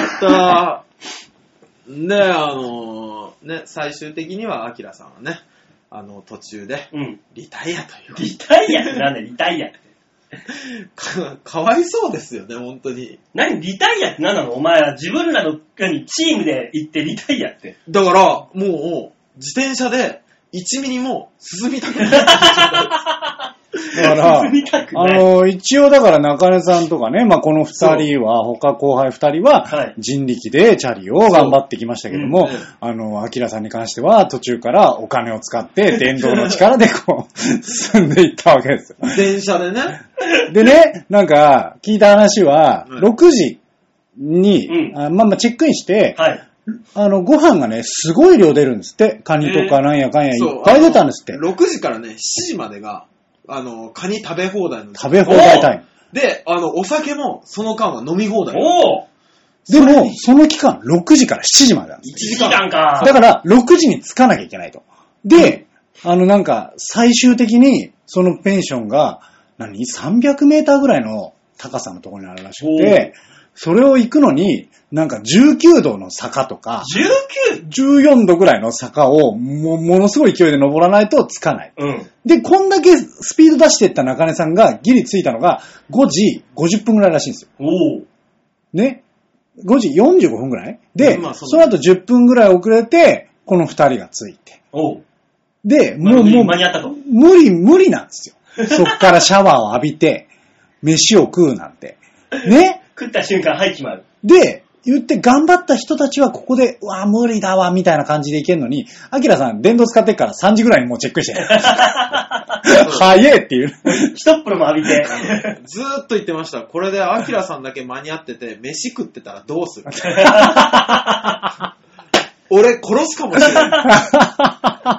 で、最終的にはアキラさんはね、途中で、リタイアという。 リタイアってなんだよ、リタイアって。 かわいそうですよね、本当に。 何リタイアって何なの？お前は自分らのチームで行ってリタイアって。 だから、もう、自転車で1ミリも進みたくないって言っちゃった。 だから、一応だから中根さんとかね、まあ、この二人は、他後輩二人は、人力でチャリを頑張ってきましたけども、アキラさんに関しては途中からお金を使って電動の力でこう、進んでいったわけですよ。 電車でね。 でね、なんか、聞いた話は、6時に、まあ、チェックインして、ご飯がね、すごい量出るんですって。カニとかなんやかんやいっぱい出たんですって。 6時からね、7時までが、カニ食べ放題の。 食べ放題タイム。 で、お酒もその間は飲み放題。 でも、その期間、6時から7時までなんです。 1時間か。 だから、6時に着かなきゃいけないと。で、なんか、最終的に、そのペンションが、300メーターぐらいの高さのところにあるらしくて、それを行くのに、なんか19度の坂とか、14度ぐらいの坂をものすごい勢いで登らないと着かない。で、こんだけスピード出していった中根さんがギリ着いたのが5時50分ぐらいらしいんですよ。ね。5時45分ぐらいで、その後10分ぐらい遅れて、この2人が着いて。で、もう間に合ったと。 無理なんですよ。そっからシャワーを浴びて、飯を食うなんて。ね。 食った瞬間入っちまう。 で、言って頑張った人たちはここで、うわ、無理だわ、みたいな感じでいけんのに、アキラさん電動使ってっから3時ぐらいにもうチェックして。早えっていう。 一っ風呂も浴びて。 ずーっと言ってました。これでアキラさんだけ間に合ってて、飯食ってたらどうする俺殺すかもしれない。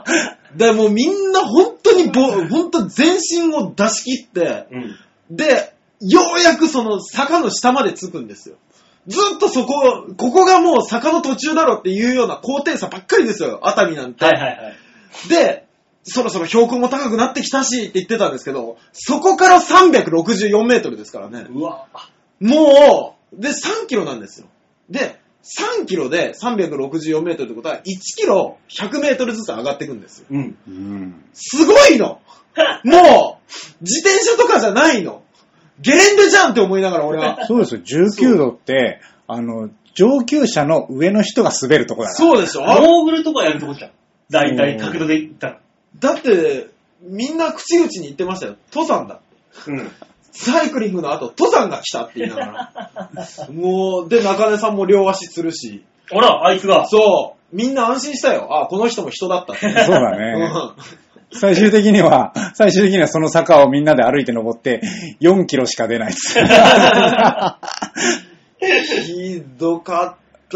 でもうみんな本当に本当全身を出し切って、で、ようやくその坂の下まで着くんですよ。ずっとここがもう坂の途中だろっていうような高低差ばっかりですよ、熱海なんて。で、そろそろ標高も高くなってきたしって言ってたんですけど、そこから364メートルですからね。 うわ。 もう、で、3キロなんですよ。で、3キロで364メートルってことは、1キロ100メートルずつ上がっていくんですよ。すごいのもう、自転車とかじゃないの。ゲレンデじゃんって思いながら俺は。 そうですよ、19度って、上級者の上の人が滑るとこだから。 そうでしょ？ モーグルとかやるとこじゃん。だいたい角度で言ったら。 だって、みんな口々に言ってましたよ。登山だって。サイクリングの後、登山が来たって言いながら。もう、で、中根さんも両足つるし。 あら、あいつが。 そう。みんな安心したよ。あ、この人も人だったって。 そうだね。最終的にはその坂をみんなで歩いて登って、4キロしか出ないです。 ひどかった。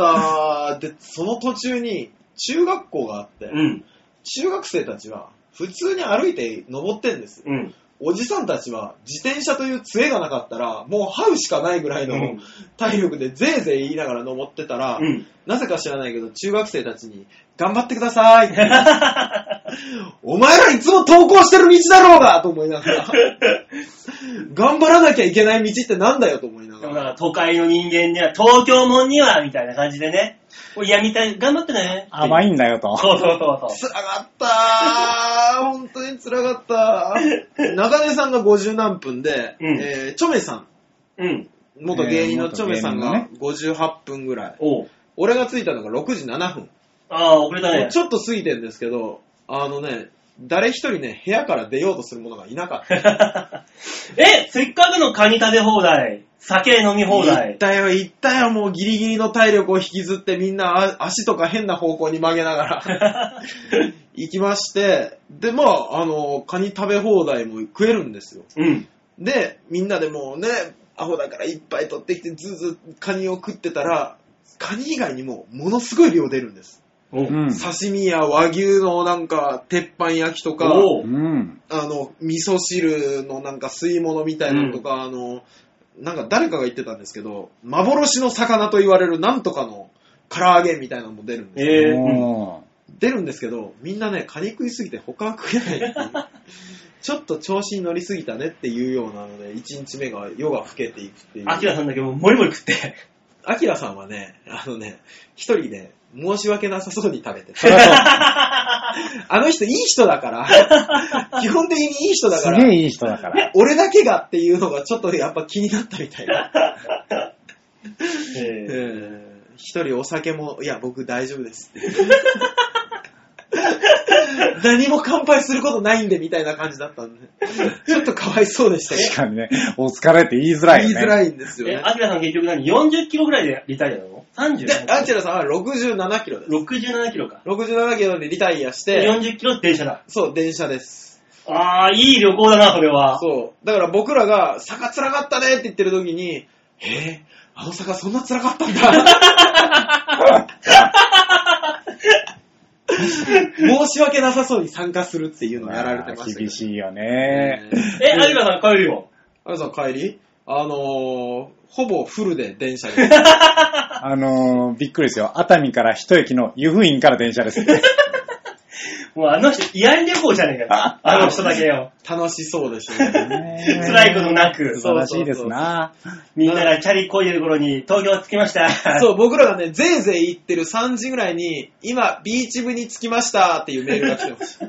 で、その途中に中学校があって、中学生たちは普通に歩いて登ってんです。おじさんたちは自転車という杖がなかったら、もう這うしかないぐらいの体力でぜいぜい言いながら登ってたら、なぜか知らないけど中学生たちに頑張ってくださいってお前らいつも登校してる道だろうがと思いながら頑張らなきゃいけない道ってなんだよと思いながら。 だから都会の人間には、東京もんにはみたいな感じでね。いや、みたい、頑張ってね。 甘いんだよと。 そう。辛かったー。本当に辛かったー。中根さんが50何分で、チョメさん。元芸人のチョメさんが58分ぐらい。俺が着いたのが6時7分。 ああ、遅れたね。 ちょっと過ぎてんですけど、誰一人ね、部屋から出ようとする者がいなかった。 せっかくのカニ食べ放題、酒飲み放題。 行ったよ、もうギリギリの体力を引きずってみんな足とか変な方向に曲げながら行きまして、で、カニ食べ放題も食えるんですよ。 で、みんなでもうね、アホだからいっぱい取ってきて、ずーカニを食ってたら、カニ以外にもものすごい量出るんです。刺身や和牛のなんか鉄板焼きとか、味噌汁のなんか吸い物みたいなのとか、なんか誰かが言ってたんですけど、幻の魚と言われるなんとかの唐揚げみたいなのも出るんですよ。出るんですけど、みんなね、カニ食いすぎて他は食えないっていう。ちょっと調子に乗りすぎたねっていうようなので、1日目が夜が更けていくっていう。 アキラさんだけもうモリモリ食って。 アキラさんはね、一人で申し訳なさそうに食べてた。あの人いい人だから、基本的にいい人だから、 すげえいい人だから。 俺だけがっていうのがちょっとやっぱ気になったみたいな。一人お酒も、いや僕大丈夫ですって。何も乾杯することないんでみたいな感じだったんで、ちょっとかわいそうでしたけど。 確かにね、お疲れって言いづらいよね。 言いづらいんですよね。 アキラさん結局40キロぐらいでリタイアなの ?30? で、アキラさんは67キロです。 67キロか。 67キロでリタイアして、 40キロ電車だ。 そう、電車です。 あー、いい旅行だな、それは。 そう。だから僕らが、坂辛かったねって言ってる時に、あの坂そんな辛かったんだ。申し訳なさそうに参加するっていうのをやられてました。 厳しいよね。 アキラさん帰るよ。 アキラさん帰りほぼフルで電車です。 びっくりですよ。熱海から一駅の湯布院から電車です。 もうあの人、慰安旅行じゃねえか。あの人だけよ。 楽しそうでしょね。 辛いことなく。 素晴らしいですな。 みんながチャリ漕いでる頃に東京着きました。 そう、僕らがね、ぜいぜい行ってる3時ぐらいに、今、ビーチ部に着きましたっていうメールが来てました。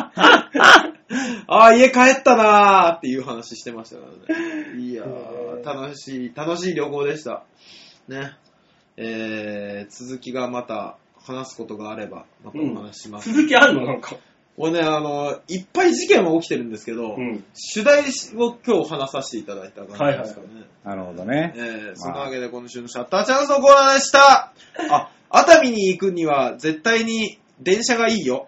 あー、家帰ったなーっていう話してましたからね。いやー、楽しい旅行でした。ね。続きがまた、話すことがあれば、またお話します。 続きあるのなんか。 俺ね、いっぱい事件は起きてるんですけど、主題を今日話させていただいた感じですかね。 なるほどね。 そのわけで今週のシャッターチャンスのコーナーでした。熱海に行くには絶対に電車がいいよ。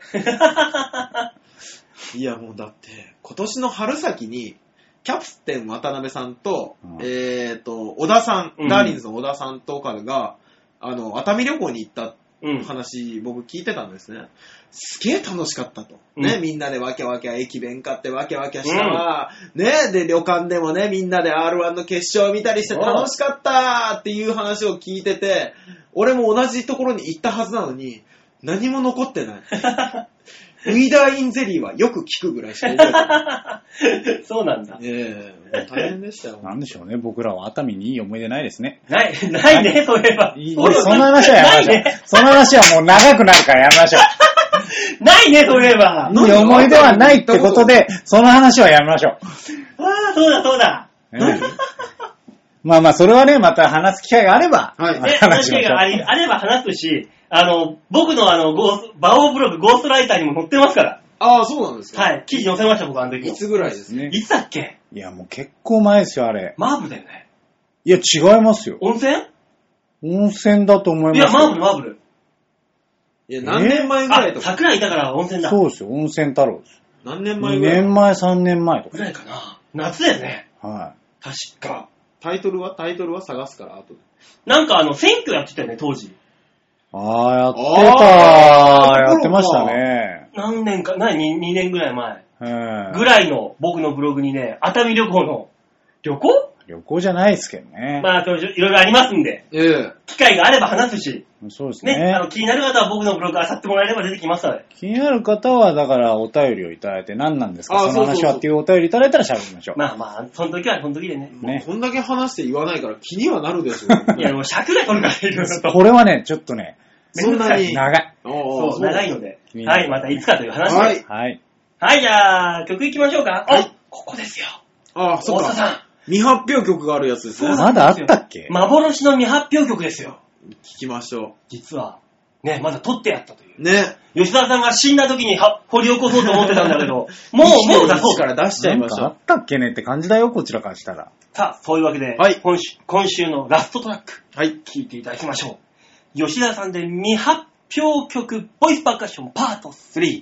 いやもうだって、今年の春先に、キャプテン渡辺さんと、小田さん、ダーリンズの小田さんとかが、熱海旅行に行った話、僕聞いてたんですね。すげえ楽しかったと。ね、みんなでわきゃわきゃ駅弁買ってわきゃわきゃしたら、ね、で、旅館でもね、みんなで R1 の決勝見たりして楽しかったっていう話を聞いてて、俺も同じところに行ったはずなのに、何も残ってない。ウィダーインゼリーはよく聞くぐらいしか覚えてない。 そうなんだ。 大変でしたよ。 なんでしょうね、僕らは熱海にいい思い出ないですね。 ないね、そういえば。 そんな話はやめましょう。その話はもう長くなるからやめましょう。ないね、そういえば。 いい思い出はないってことで、その話はやめましょう。 ああ、そうだ。 まあ、それはね、また話す機会があれば。 話す機会があれば話すし、僕のバオブログ、ゴーストライターにも載ってますから。 ああ、そうなんですか。 はい、記事載せました、僕、あの時。 いつぐらいですね。 いつだっけ？ いや、もう結構前ですよ、あれ。 マーブルだよね。 いや、違いますよ。 温泉だと思います。 いや、マーブル。 いや、何年前ぐらいとか。 桜いたから温泉だ。 そうですよ、温泉太郎です。 何年前ぐらい？ 2 年前、3年前とか。 ぐらいかな。夏だよね。 はい。 確か。 タイトルは探すから、後で。 なんか選挙やってたよね、当時。 やってましたね。 何年か、2年ぐらい前。ぐらいの僕のブログにね、熱海旅行の、旅行じゃないですけどね。 まあ、いろいろありますんで、機会があれば話すし、 そうですね。 気になる方は僕のブログ漁ってもらえれば出てきますから。 気になる方は、だからお便りをいただいて何なんですか、その話はっていうお便りいただいたら喋りましょう。 まあ、その時はその時でね。 こんだけ話して言わないから気にはなるでしょ。 いや、もう尺が取るからいろいろと。 これはね、ちょっとね、 そんなに長い。 そう、長いので。はい、またいつかという話です。 はい。 はい、じゃあ、曲いきましょうか。ここですよ。 そうか。 大田さん。 未発表曲があるやつですね。 まだあったっけ？ 幻の未発表曲ですよ。 聞きましょう。 実は、ね、まだ撮ってやったという。 ね。 吉田さんが死んだ時に掘り起こそうと思ってたんだけど、もう出そうから出しちゃいましょう。 なんかあったっけねって感じだよ、こちらからしたら。 さあ、そういうわけで、今週のラストトラック、聴いていただきましょう。吉田さんで未発表曲、ボイスパーカッションパート3。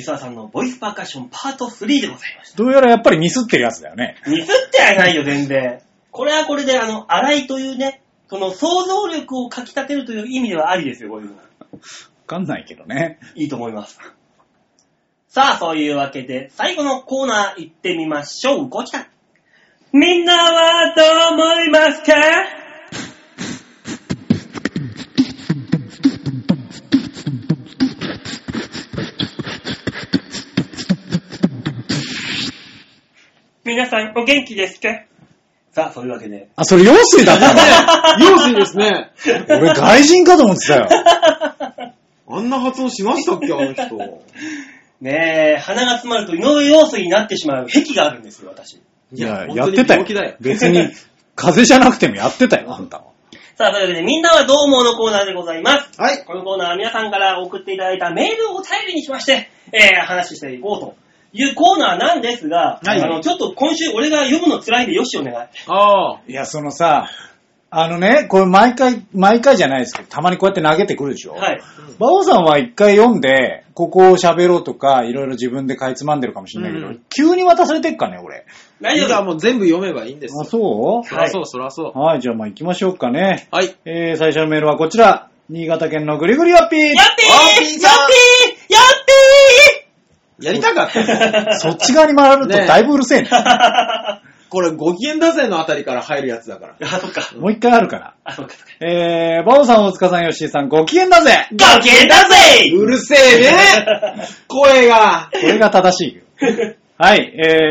沢さんのボイスパーカッションパート3でございました。 どうやらやっぱりミスってるやつだよね。 ミスってはないよ、全然。これはこれで、荒いというね、その想像力をかき立てるという意味ではありですよ、こういうの。わかんないけどね。 いいと思います。さあ、そういうわけで、最後のコーナー行ってみましょう。こちら。みんなはどう思いますか？皆さんお元気ですか？さあ、そういうわけで。 あ、それ陽水だったね。陽水ですね。 俺外人かと思ってたよ。 あんな発音しましたっけ、あの人。 ねえ、鼻が詰まると井上陽水になってしまう癖があるんですよ、私。 いや、やってたよ。別に、風邪じゃなくてもやってたよ、あんたは。 さあ、というわけで、みんなはどう思うのコーナーでございます。 はい。 このコーナーは皆さんから送っていただいたメールをお便りにしまして、話していこうというコーナーなんですが、 はい、 ちょっと今週俺が読むの辛いんでよしお願い。 ああ。 いや、そのさ、これ毎回じゃないですけど、たまにこうやって投げてくるでしょ。 はい。 馬王さんは一回読んで、ここを喋ろうとか、いろいろ自分でかいつまんでるかもしれないけど、急に渡されてっかね、俺。 大丈夫。 じゃあもう全部読めばいいんですよ。 あ、そう？ そらそう、そらそう。 はい、じゃあまあ行きましょうかね。 はい。 最初のメールはこちら。新潟県のぐりぐりよっぴー。 やっぴーやっぴーやっぴーやりたかったそっち側に回るとだいぶうるせえね。 これ、ご機嫌だぜのあたりから入るやつだから。 あ、そっか。 もう一回あるかな。 あ、そっか。 バオさん、大塚さん、ヨッシーさん、ご機嫌だぜ。 ご機嫌だぜ。 うるせえね声が。 これが正しい。はい。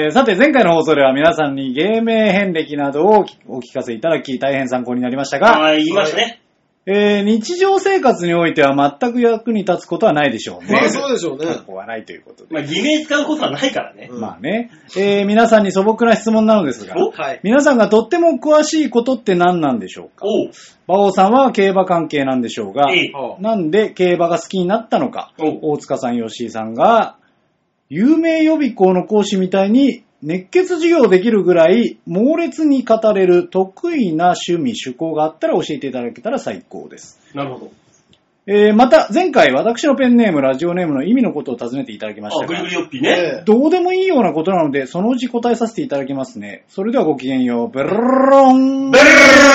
さて、前回の放送では皆さんに芸名遍歴などをお聞かせいただき、大変参考になりましたが、 はい、言いましたね。 日常生活においては全く役に立つことはないでしょうね。 まあそうでしょうね。 ここはないということで。 まあ、偽名使うことはないからね。 まあね。皆さんに素朴な質問なのですが、 はい、 皆さんがとっても詳しいことって何なんでしょうか？馬王さんは競馬関係なんでしょうが、なんで競馬が好きになったのか、大塚さん、吉井さんが、有名予備校の講師みたいに熱血授業できるぐらい猛烈に語れる得意な趣味、趣向があったら教えていただけたら最高です。 なるほど。 また、前回私のペンネーム、ラジオネームの意味のことを尋ねていただきましたが、 ぐりぐりよっぴね。 どうでもいいようなことなので、そのうち答えさせていただきますね。それではごきげんよう。ブルロン。 ブルロ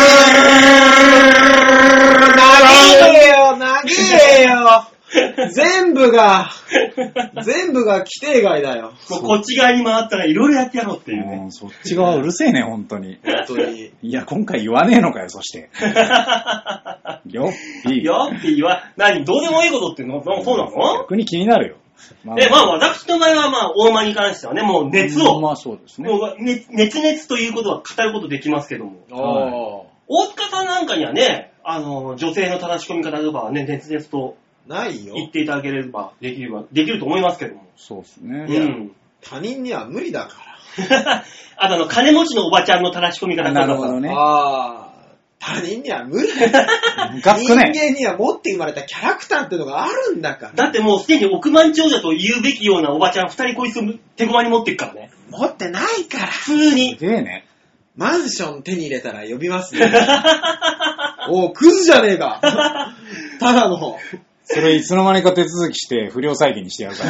ン。長えよ。全部が規定外だよ。 もうこっち側に回ったらいろいろやってやろうっていうね。 そっち側うるせえね、本当に。 本当に。 いや、今回言わねえのかよ、そして。よっぴー。 よっぴーは、何どうでもいいことってのそうなの？ 逆に気になるよ。 まあ私の場合は大馬に関してはね、もう熱を。 まあそうですね。 もう熱ということは語ることできますけども。大塚さんなんかにはね、女性の正し込み方とかはね、熱と。 ないよ。 言っていただければできると思いますけども。 そうですね。 いや、他人には無理だから。 あと金持ちのおばちゃんの正し込み方とか。 なるほどね。 他人には無理だ。人間には持って生まれたキャラクターってのがあるんだから。 だってもうすでに億万長者と言うべきようなおばちゃん二人こいつ手駒に持ってっからね。 持ってないから。 普通に。 すげえね。 マンション手に入れたら呼びますね。おう、クズじゃねえか。ただの。 それいつの間にか手続きして不良債権にしてやるから。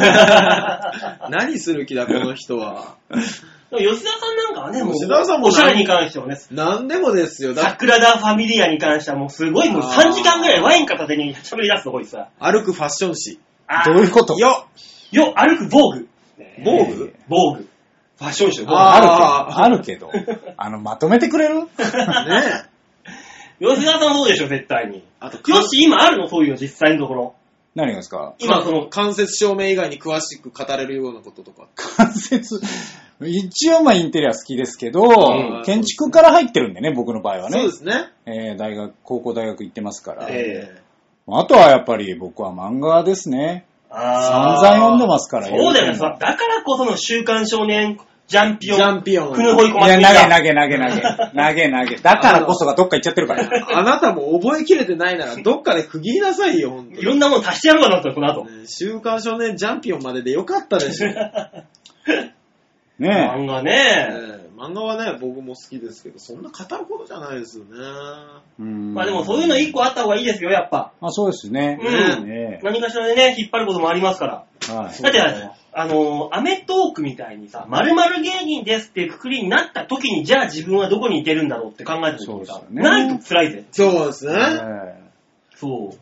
何する気だ、この人は。 吉田さんなんかはね、もう、 吉田さんもおしゃれに関してはね、 何でもですよ。 桜田ファミリアに関してはもうすごい、もう3時間ぐらいワイン片手に喋り出すの、こいつは。 歩くファッション誌。 どういうこと？ 歩く防具。 防具？ 防具。ファッション誌の防具。 あるけど。まとめてくれる？ねえ。吉田さんそうでしょ、絶対に。よし、今あるのそういうの、実際のところ。 何がですか？ 今間接照明以外に詳しく語れるようなこととか。 間接、一応インテリア好きですけど、建築から入ってるんでね、僕の場合はね。 そうですね。 高校大学行ってますから。あとはやっぱり僕は漫画ですね。散々読んでますから。 そうだよね。だからこその週刊少年ジャンピオン。くぬほいこまいや、投げ。だからこそがどっか行っちゃってるから。 あなたも覚えきれてないならどっかで区切りなさいよ、ほんとに。 いろんなもの足してやろうかなと、この後。 週刊少年ジャンピオンまででよかったでしょ。 ね漫画ね。 漫画はね、僕も好きですけど、そんな語ることじゃないですよね。 まあでもそういうの一個あった方がいいですよ、やっぱ。 そうですね。 何かしらでね、引っ張ることもありますから。だって、 アメトーークみたいにさ、〇〇芸人ですってくくりになった時に、じゃあ自分はどこに行けるんだろうって考えた時にさ、ね、ないと辛いぜ。 そうですね。 そう。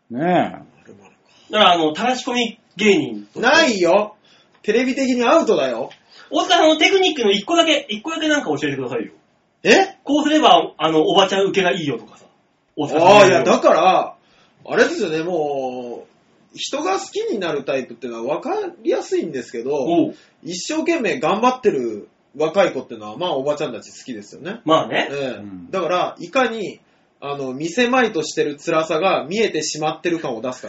ねえ。 だから正し込み芸人。 ないよ。テレビ的にアウトだよ。 大塚さんのテクニックの一個だけなんか教えてくださいよ。こうすれば、おばちゃん受けがいいよとかさ。 いや、だから、あれですよね、もう、人が好きになるタイプっていうのは分かりやすいんですけど、一生懸命頑張ってる若い子っていうのは、まあおばちゃんたち好きですよね。 まあね。 だから、いかに、見せまいとしてる辛さが見えてしまってる感を出すから。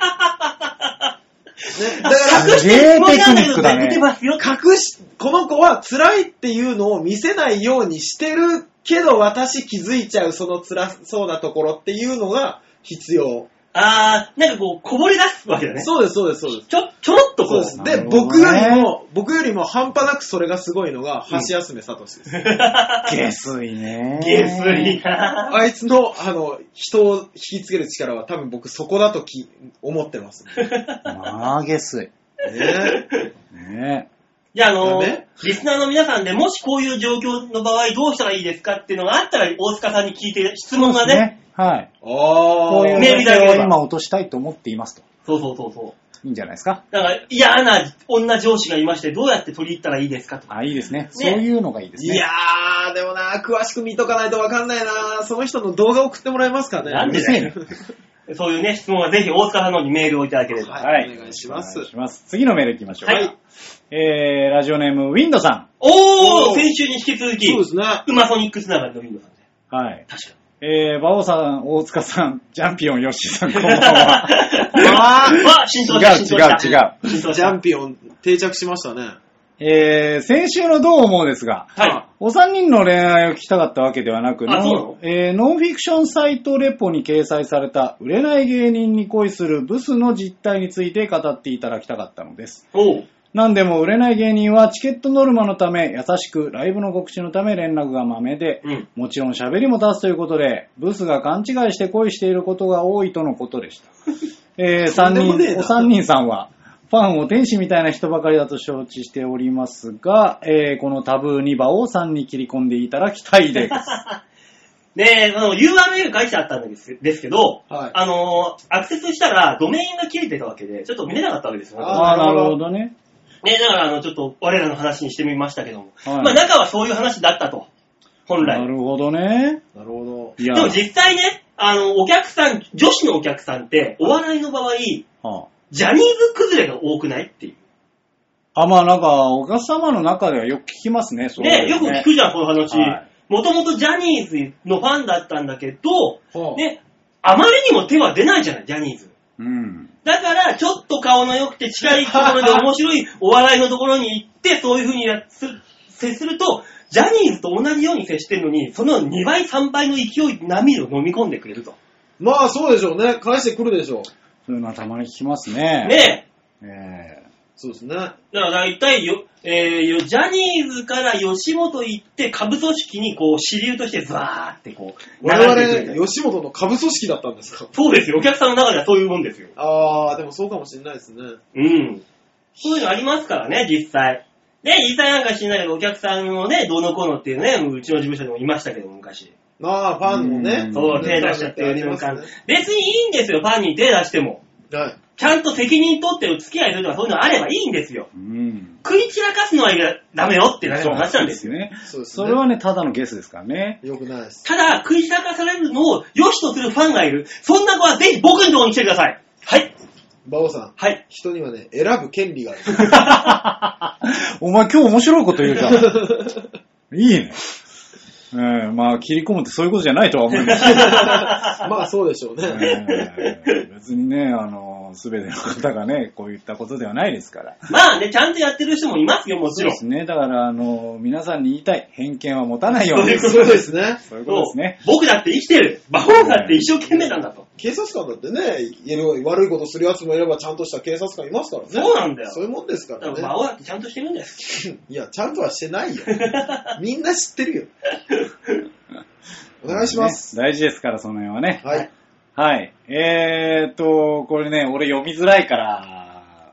ね、だから隠してるつもりなんだけどね、 この子は辛いっていうのを見せないようにしてるけど、私気づいちゃうその辛そうなところっていうのが必要。 なんかこう、こぼれ出すわけだね。 そうです。ちょろっとこう。 そうです。で、僕よりも半端なくそれがすごいのが、橋休め聡です。 下水ね。 下水な。 あいつの、人を引きつける力は多分僕そこだと思ってます、 まあ、下水。ね。 じゃあリスナーの皆さんでもしこういう状況の場合どうしたらいいですかっていうのがあったら、大塚さんに聞いて質問がね。 はい。こういうメールだけを今落としたいと思っていますと。 そう。 いいんじゃないですか。 だから嫌な女上司がいましてどうやって取り入ったらいいですかとか。 いいですね。そういうのがいいですね。 いやー、でもな、詳しく見とかないとわかんないな。その人の動画送ってもらえますかね。 なんでね。そういうね、質問はぜひ大塚さんの方にメールをいただければ。 はい。お願いします。 次のメール行きましょう。 はい。 ラジオネーム、ウィンドさん。 先週に引き続き。 そうですね。 ウマソニックつながりのウィンドさんで。 はい。 確かに。 馬王さん、大塚さん、ジャンピオン、ヨッシーさん、こんばんは。 浸透した。 違う。 ジャンピオン、定着しましたね。 先週のどう思うですが、お三人の恋愛を聞きたかったわけではなく、ノンフィクションサイトレポに掲載された売れない芸人に恋するブスの実態について語っていただきたかったのです。なんでも売れない芸人はチケットノルマのため優しくライブの告知のため連絡がまめで、もちろん喋りも立つということでブスが勘違いして恋していることが多いとのことでした。お三人さんはファンを天使みたいな人ばかりだと承知しておりますが、このタブーに馬王さんに切り込んでいただきたいです。 ねえ、URL 書いてあったんですけど、アクセスしたらドメインが切れてたわけで、ちょっと見れなかったわけですよ。 なるほどね。 ね、だからちょっと我らの話にしてみましたけども。まあ中はそういう話だったと。本来。 なるほどね。 なるほど。 でも実際ね、お客さん、女子のお客さんって、お笑いの場合、ジャニーズ崩れが多くないっていう。 まあなんか、お客様の中ではよく聞きますね、そうね。よく聞くじゃん、この話。もともとジャニーズのファンだったんだけど、ね、あまりにも手は出ないじゃない、ジャニーズ。だから、ちょっと顔の良くて近いところで面白いお笑いのところに行って、そういう風に接すると、ジャニーズと同じように接してるのに、その2倍、3倍の勢い、波を飲み込んでくれると。 まあ、そうでしょうね。返してくるでしょう。 そういうのはたまに聞きますね。 ねえ。そうですね。だから大体ジャニーズから吉本行って下部組織にこう支流としてザーってこう我々吉本の下部組織だったんですか？ そうですよ。お客さんの中ではそういうもんですよ。 でもそうかもしれないですね。 そういうのありますからね、実際。ね、実際なんか知んないけど、お客さんをね、どうのこうのっていうね、うちの事務所でもいましたけど、昔。 ファンもね。 そう、手出しちゃってる瞬間。別にいいんですよ、ファンに手出しても。ちゃんと責任取ってお付き合いするとかそういうのあればいいんですよ。食い散らかすのはダメよって話なんですよね。 それはね、ただのゲスですからね。 よくないです。 ただ、食い散らかされるのを良しとするファンがいる。そんな子はぜひ僕のところに来てください。はい。 馬王さん。 はい。 人にはね、選ぶ権利がある。 お前今日面白いこと言うじゃん。いいね。まあ、切り込むってそういうことじゃないとは思うんですけど。 まあ、そうでしょうね。 別にね、すべての方がね、こういったことではないですから。 まあね、ちゃんとやってる人もいますよ、もちろん。 そうですね。だから、皆さんに言いたい。偏見は持たないように。 そうですね。 そういうことですね。 僕だって生きてる。馬王だって一生懸命なんだと。 警察官だってね、悪いことする奴もいればちゃんとした警察官いますからね。 そうなんだよ。 そういうもんですからね。 馬王だってちゃんとしてるんだよ。 いや、ちゃんとはしてないよ。みんな知ってるよ。お願いします、 大事ですから、その辺はね。 はい。 はい。これね、俺読みづらいから、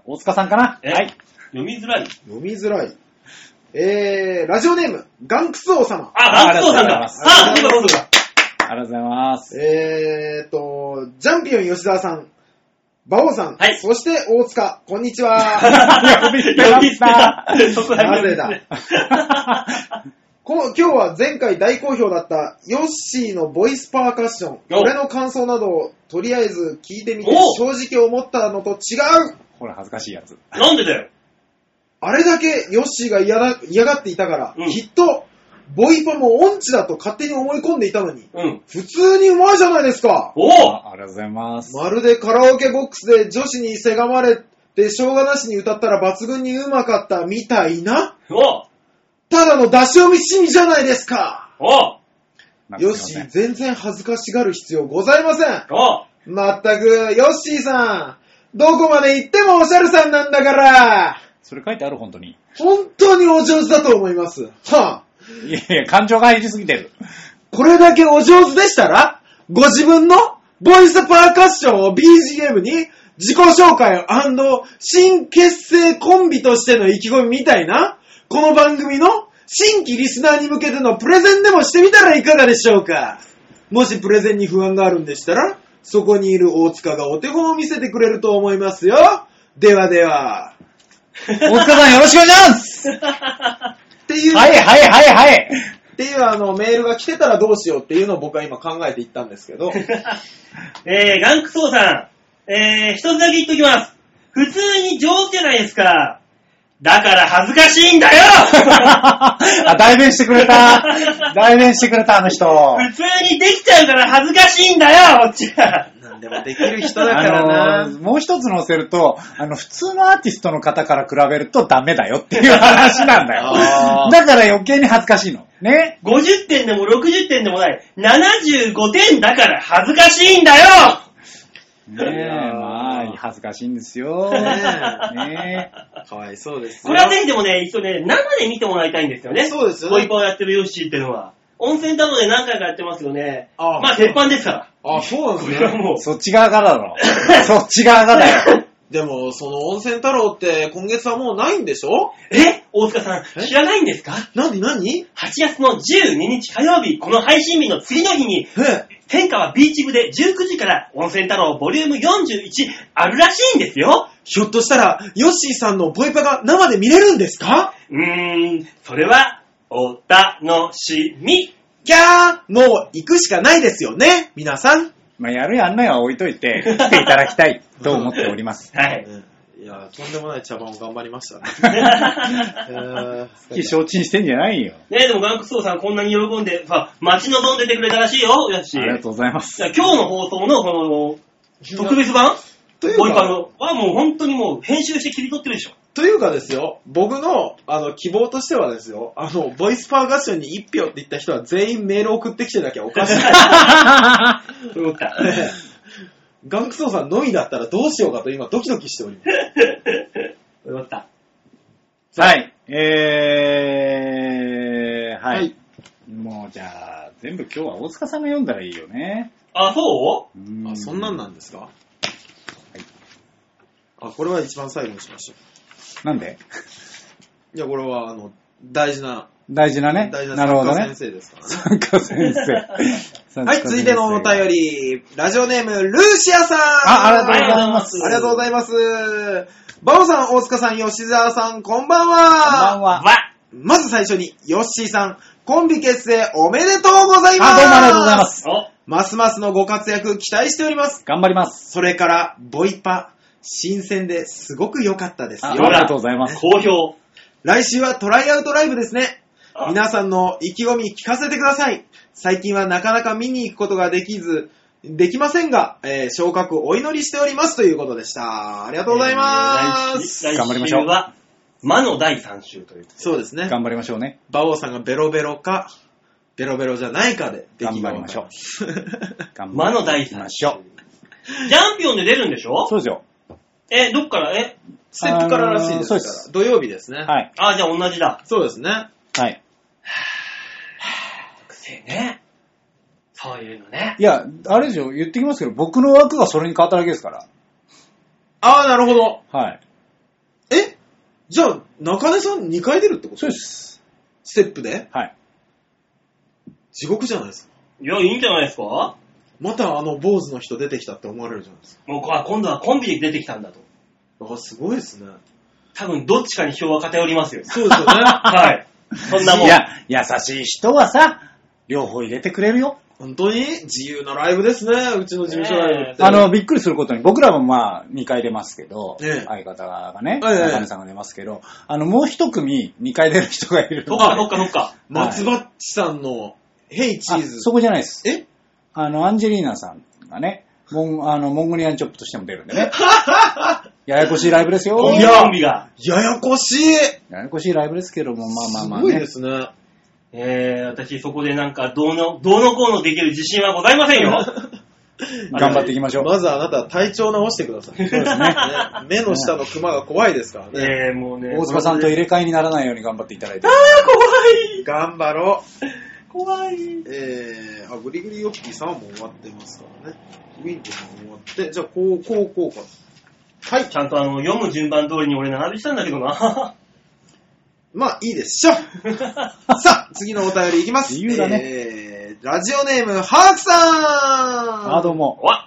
大塚さんかな。はい。 読みづらい。 ラジオネーム、ガンクス王様。 ガンクス王さんだ。 ありがとうございます。 ジャンピオン吉沢さん、馬王さん、そして大塚、こんにちは。 呼び捨てだった。 なぜだ。今日は前回大好評だったヨッシーのボイスパーカッション、これの感想などをとりあえず聞いてみて正直思ったのと違う。 ほら恥ずかしいやつ。 なんでだよ。 あれだけヨッシーが嫌がっていたから、きっとボイパも音痴だと勝手に思い込んでいたのに、普通にうまいじゃないですか。 ありがとうございます。 まるでカラオケボックスで女子にせがまれてしょうがなしに歌ったら抜群にうまかったみたいな。ただの出し惜しみじゃないですか。ヨッシー全然恥ずかしがる必要ございません。まったくヨッシーさん、どこまで行ってもおしゃるさんなんだから。 それ書いてある本当に。 本当にお上手だと思います。 いやいや、感情が入りすぎてる。 これだけお上手でしたら、ご自分のボイスパーカッションを BGM に自己紹介&新結成コンビとしての意気込みみたいな、この番組の新規リスナーに向けてのプレゼンでもしてみたらいかがでしょうか。もしプレゼンに不安があるんでしたら、そこにいる大塚がお手本を見せてくれると思いますよ。ではでは。 大塚さんよろしくお願いしますっていう。 はい。 っていうメールが来てたらどうしようっていうのを僕は今考えていったんですけど。 ガンクソーさん、一つだけ言っときます。普通に上手じゃないですか。だから恥ずかしいんだよ代弁してくれた、あの人。 普通にできちゃうから恥ずかしいんだよ、こっちは。 なんでもできる人だからな。 もう一つ載せると、普通のアーティストの方から比べるとダメだよっていう話なんだよ。だから余計に恥ずかしいの。ね。 50点でも60点でもない。75点だから恥ずかしいんだよねえ、まあ、恥ずかしいんですよ。 ねえ。かわいそうです。 これはぜひでもね、一度ね、生で見てもらいたいんですよね。 そうですよね。 ボイパをやってるヨッシーっていうのは。温泉太郎で何回かやってますよね。まあ、鉄板ですから。 そうなんですね。 これはもう。 そっち側からだろ。そっち側がだよ。 でも、その温泉太郎って今月はもうないんでしょ？ 大塚さん、知らないんですか？ 何 ?8 月の12日火曜日、この配信日の次の日に、天川ビーチ部で19時から温泉太郎ボリューム41あるらしいんですよ。 ひょっとしたら、ヨッシーさんのボイパが生で見れるんですか？ それは、お楽しみ。 キャー！もう行くしかないですよね、皆さん。 まあ、やるやんないは置いといて、来ていただきたいと思っております。 はい。 いや、とんでもない茶番を頑張りましたね。 承知してんじゃないよ。 ねえ、でもガンクスオさんこんなに喜んで、待ち望んでてくれたらしいよ、やし。 ありがとうございます。 今日の放送のこの、特別版ボイパのはもう本当にもう編集して切り取ってるでしょ。 というかですよ、僕の希望としてはですよ、ボイスパーカッションに1票って言った人は全員メール送ってきてなきゃおかしい。 そう思った。 ガンクソーさんのみだったらどうしようかと今ドキドキしております。 よかった。 はい。 はい。もうじゃあ、全部今日は大塚さんが読んだらいいよね。 そうそんなんなんですか？はい。これは一番最後にしましょう。なんで？ いや、これは大事なね。 大事な作家先生ですからね。 作家先生。 はい、続いてのお便り、ラジオネーム、ルーシアさん。 ありがとうございます。 ありがとうございます。バオさん、大塚さん、吉沢さん、こんばんは。 こんばんは。 まず最初に、ヨッシーさん、コンビ結成おめでとうございます。 どうもありがとうございます。 ますますのご活躍期待しております。 頑張ります。 それから、ボイパ、新鮮ですごく良かったですよ。 ありがとうございます。 好評。 来週はトライアウトライブですね。皆さんの意気込み聞かせてください。最近はなかなか見に行くことができませんが、昇格お祈りしておりますということでした。ありがとうございます。 頑張りましょう。 来週は、魔の第3週という。 そうですね。 頑張りましょうね。 馬王さんがベロベロか、ベロベロじゃないかで、 頑張りましょう。 魔の第3週。ジャンピオンで出るんでしょ？ そうですよ。 どっからステップかららしいですから。土曜日ですね。 はい。 じゃあ同じだ。 そうですね。 はい。 くせえね。そういうのね。 いや、あれでしょ、言ってきますけど、僕の枠がそれに変わっただけですから。 なるほど。 はい。 じゃあ、中根さん2回出るってこと？ そうです。 ステップで？ はい。 地獄じゃないですか。 いや、いいんじゃないですか？ また坊主の人出てきたって思われるじゃないですか。 もう今度はコンビで出てきたんだと。 すごいですね。 多分どっちかに票は偏りますよ。 そうですよね。 はい。そんなもん。 いや、優しい人はさ、両方入れてくれるよ。 本当に自由なライブですね、うちの事務所ライブって。 びっくりすることに、僕らもまあ2回出ますけど、相方がね、中根さんが出ますけど、もう一組2回出る人がいる。 そっか。 松バッチさんのヘイチーズ。 そこじゃないです。アンジェリーナさんがね、モンゴリアンチョップとしても出るんでね。ややこしいライブですよ。 コンビが。 ややこしい。 ややこしいライブですけども、まあ、ね。 すごいですね。 私そこでなんかどうのこうのできる自信はございませんよ。 頑張っていきましょう。 まずあなた体調直してください。そうですね。目の下のクマが怖いですからね。 もうね。 大塚さんと入れ替えにならないように頑張っていただいて。 怖い。 頑張ろう。 怖い。 グリグリヨッピーさんはもう終わってますからね。ウィンクさんも終わって、じゃあこうか。はい。 ちゃんと読む順番通りに俺並びしたんだけどな。 まあいいでしょ。さあ、次のお便りいきます。 自由だね。 ラジオネーム、ハークさん。 どうも。 はい。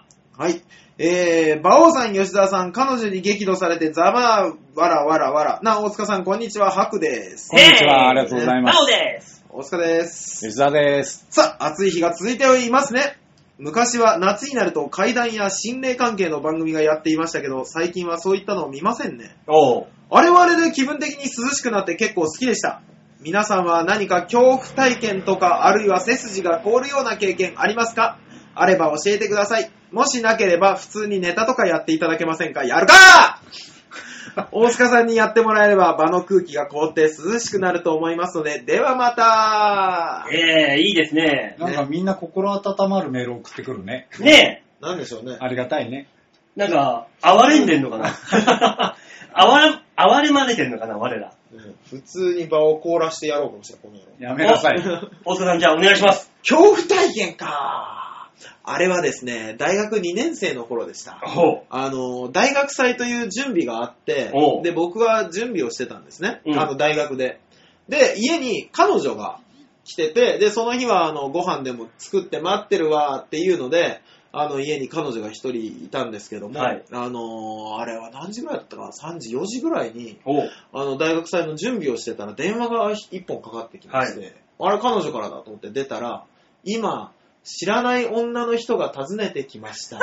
馬王さん、吉沢さん、彼女に激怒されてざまー、わらわらわら。大塚さん、こんにちは、ハクです。 こんにちは、ありがとうございます。 馬王です。 大塚です。 吉沢です。 さあ、暑い日が続いていますね。昔は夏になると怪談や心霊関係の番組がやっていましたけど、最近はそういったのを見ませんね。あれはあれで気分的に涼しくなって結構好きでした。皆さんは何か恐怖体験とか、あるいは背筋が凍るような経験ありますか？あれば教えてください。もしなければ普通にネタとかやっていただけませんか？やるか大塚さんにやってもらえれば場の空気が凍って涼しくなると思いますので、ではまた。 いいですね。 なんかみんな心温まるメールを送ってくるね。 ねえ。なんでしょうね。 ありがたいね。 なんか、哀れんでんのかな哀れまれてんのかな、我ら。 普通に場を凍らしてやろうかもしれない、この野郎。 やめなさい。 大塚さん、じゃあお願いします。 恐怖体験か。あれはですね、大学2年生の頃でした。大学祭という準備があって、で、僕は準備をしてたんですね。大学で。で、家に彼女が来てて、で、その日はご飯でも作って待ってるわっていうので、家に彼女が一人いたんですけども、あれは何時ぐらいだったかな、3時、4時ぐらいに、大学祭の準備をしてたら電話が一本かかってきまして、あれ彼女からだと思って出たら、今、知らない女の人が訪ねてきました。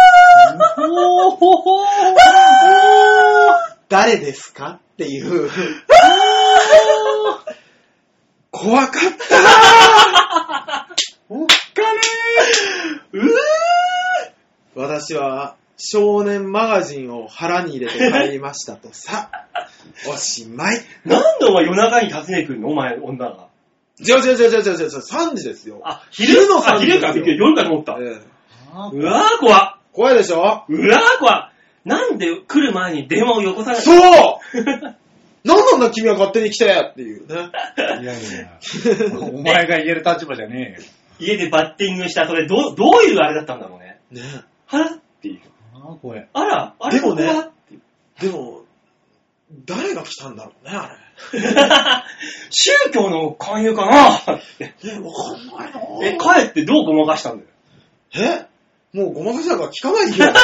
誰ですかっていう。怖かったおっかねー私は少年マガジンを腹に入れて帰りましたとさ。おしまい。 なんでお前夜中に訪ねてくるのお前女が。 違う、3時ですよ。 昼の3時ですよ。夜かと思った。うわー怖いでしょ？ うわー怖い。なんで来る前に電話をよこさないそうなんなんだ君は勝手に来てっていうね。 いやお前が言える立場じゃねえよ。 家でバッティングした、それどういうあれだったんだろうね。 ねはらっていう。 怖い。 あら、あれでもね、でも、誰が来たんだろうね、あれ。 宗教の勧誘かなって。 わかんないな。 帰ってどうごまかしたんだよ。 もうごまかしなんか聞かないよ。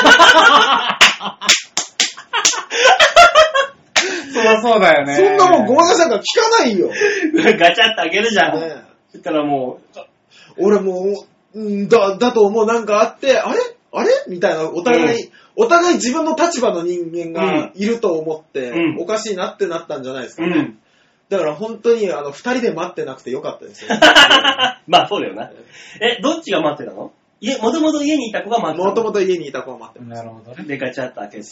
そりゃそうだよね。 そんなもんごまかしなんか聞かないよ。 ガチャッと開けるじゃん。そしたらもう。 俺もう、だと思うなんかあって、あれみたいな、お互い自分の立場の人間がいると思って、おかしいなってなったんじゃないですかね。だから本当に二人で待ってなくてよかったですよ。 まあそうだよな。どっちが待ってたの？もともと家にいた子が待ってたの？ もともと家にいた子が待ってました。 なるほどね。 で、ガチャッと開けて。 そう。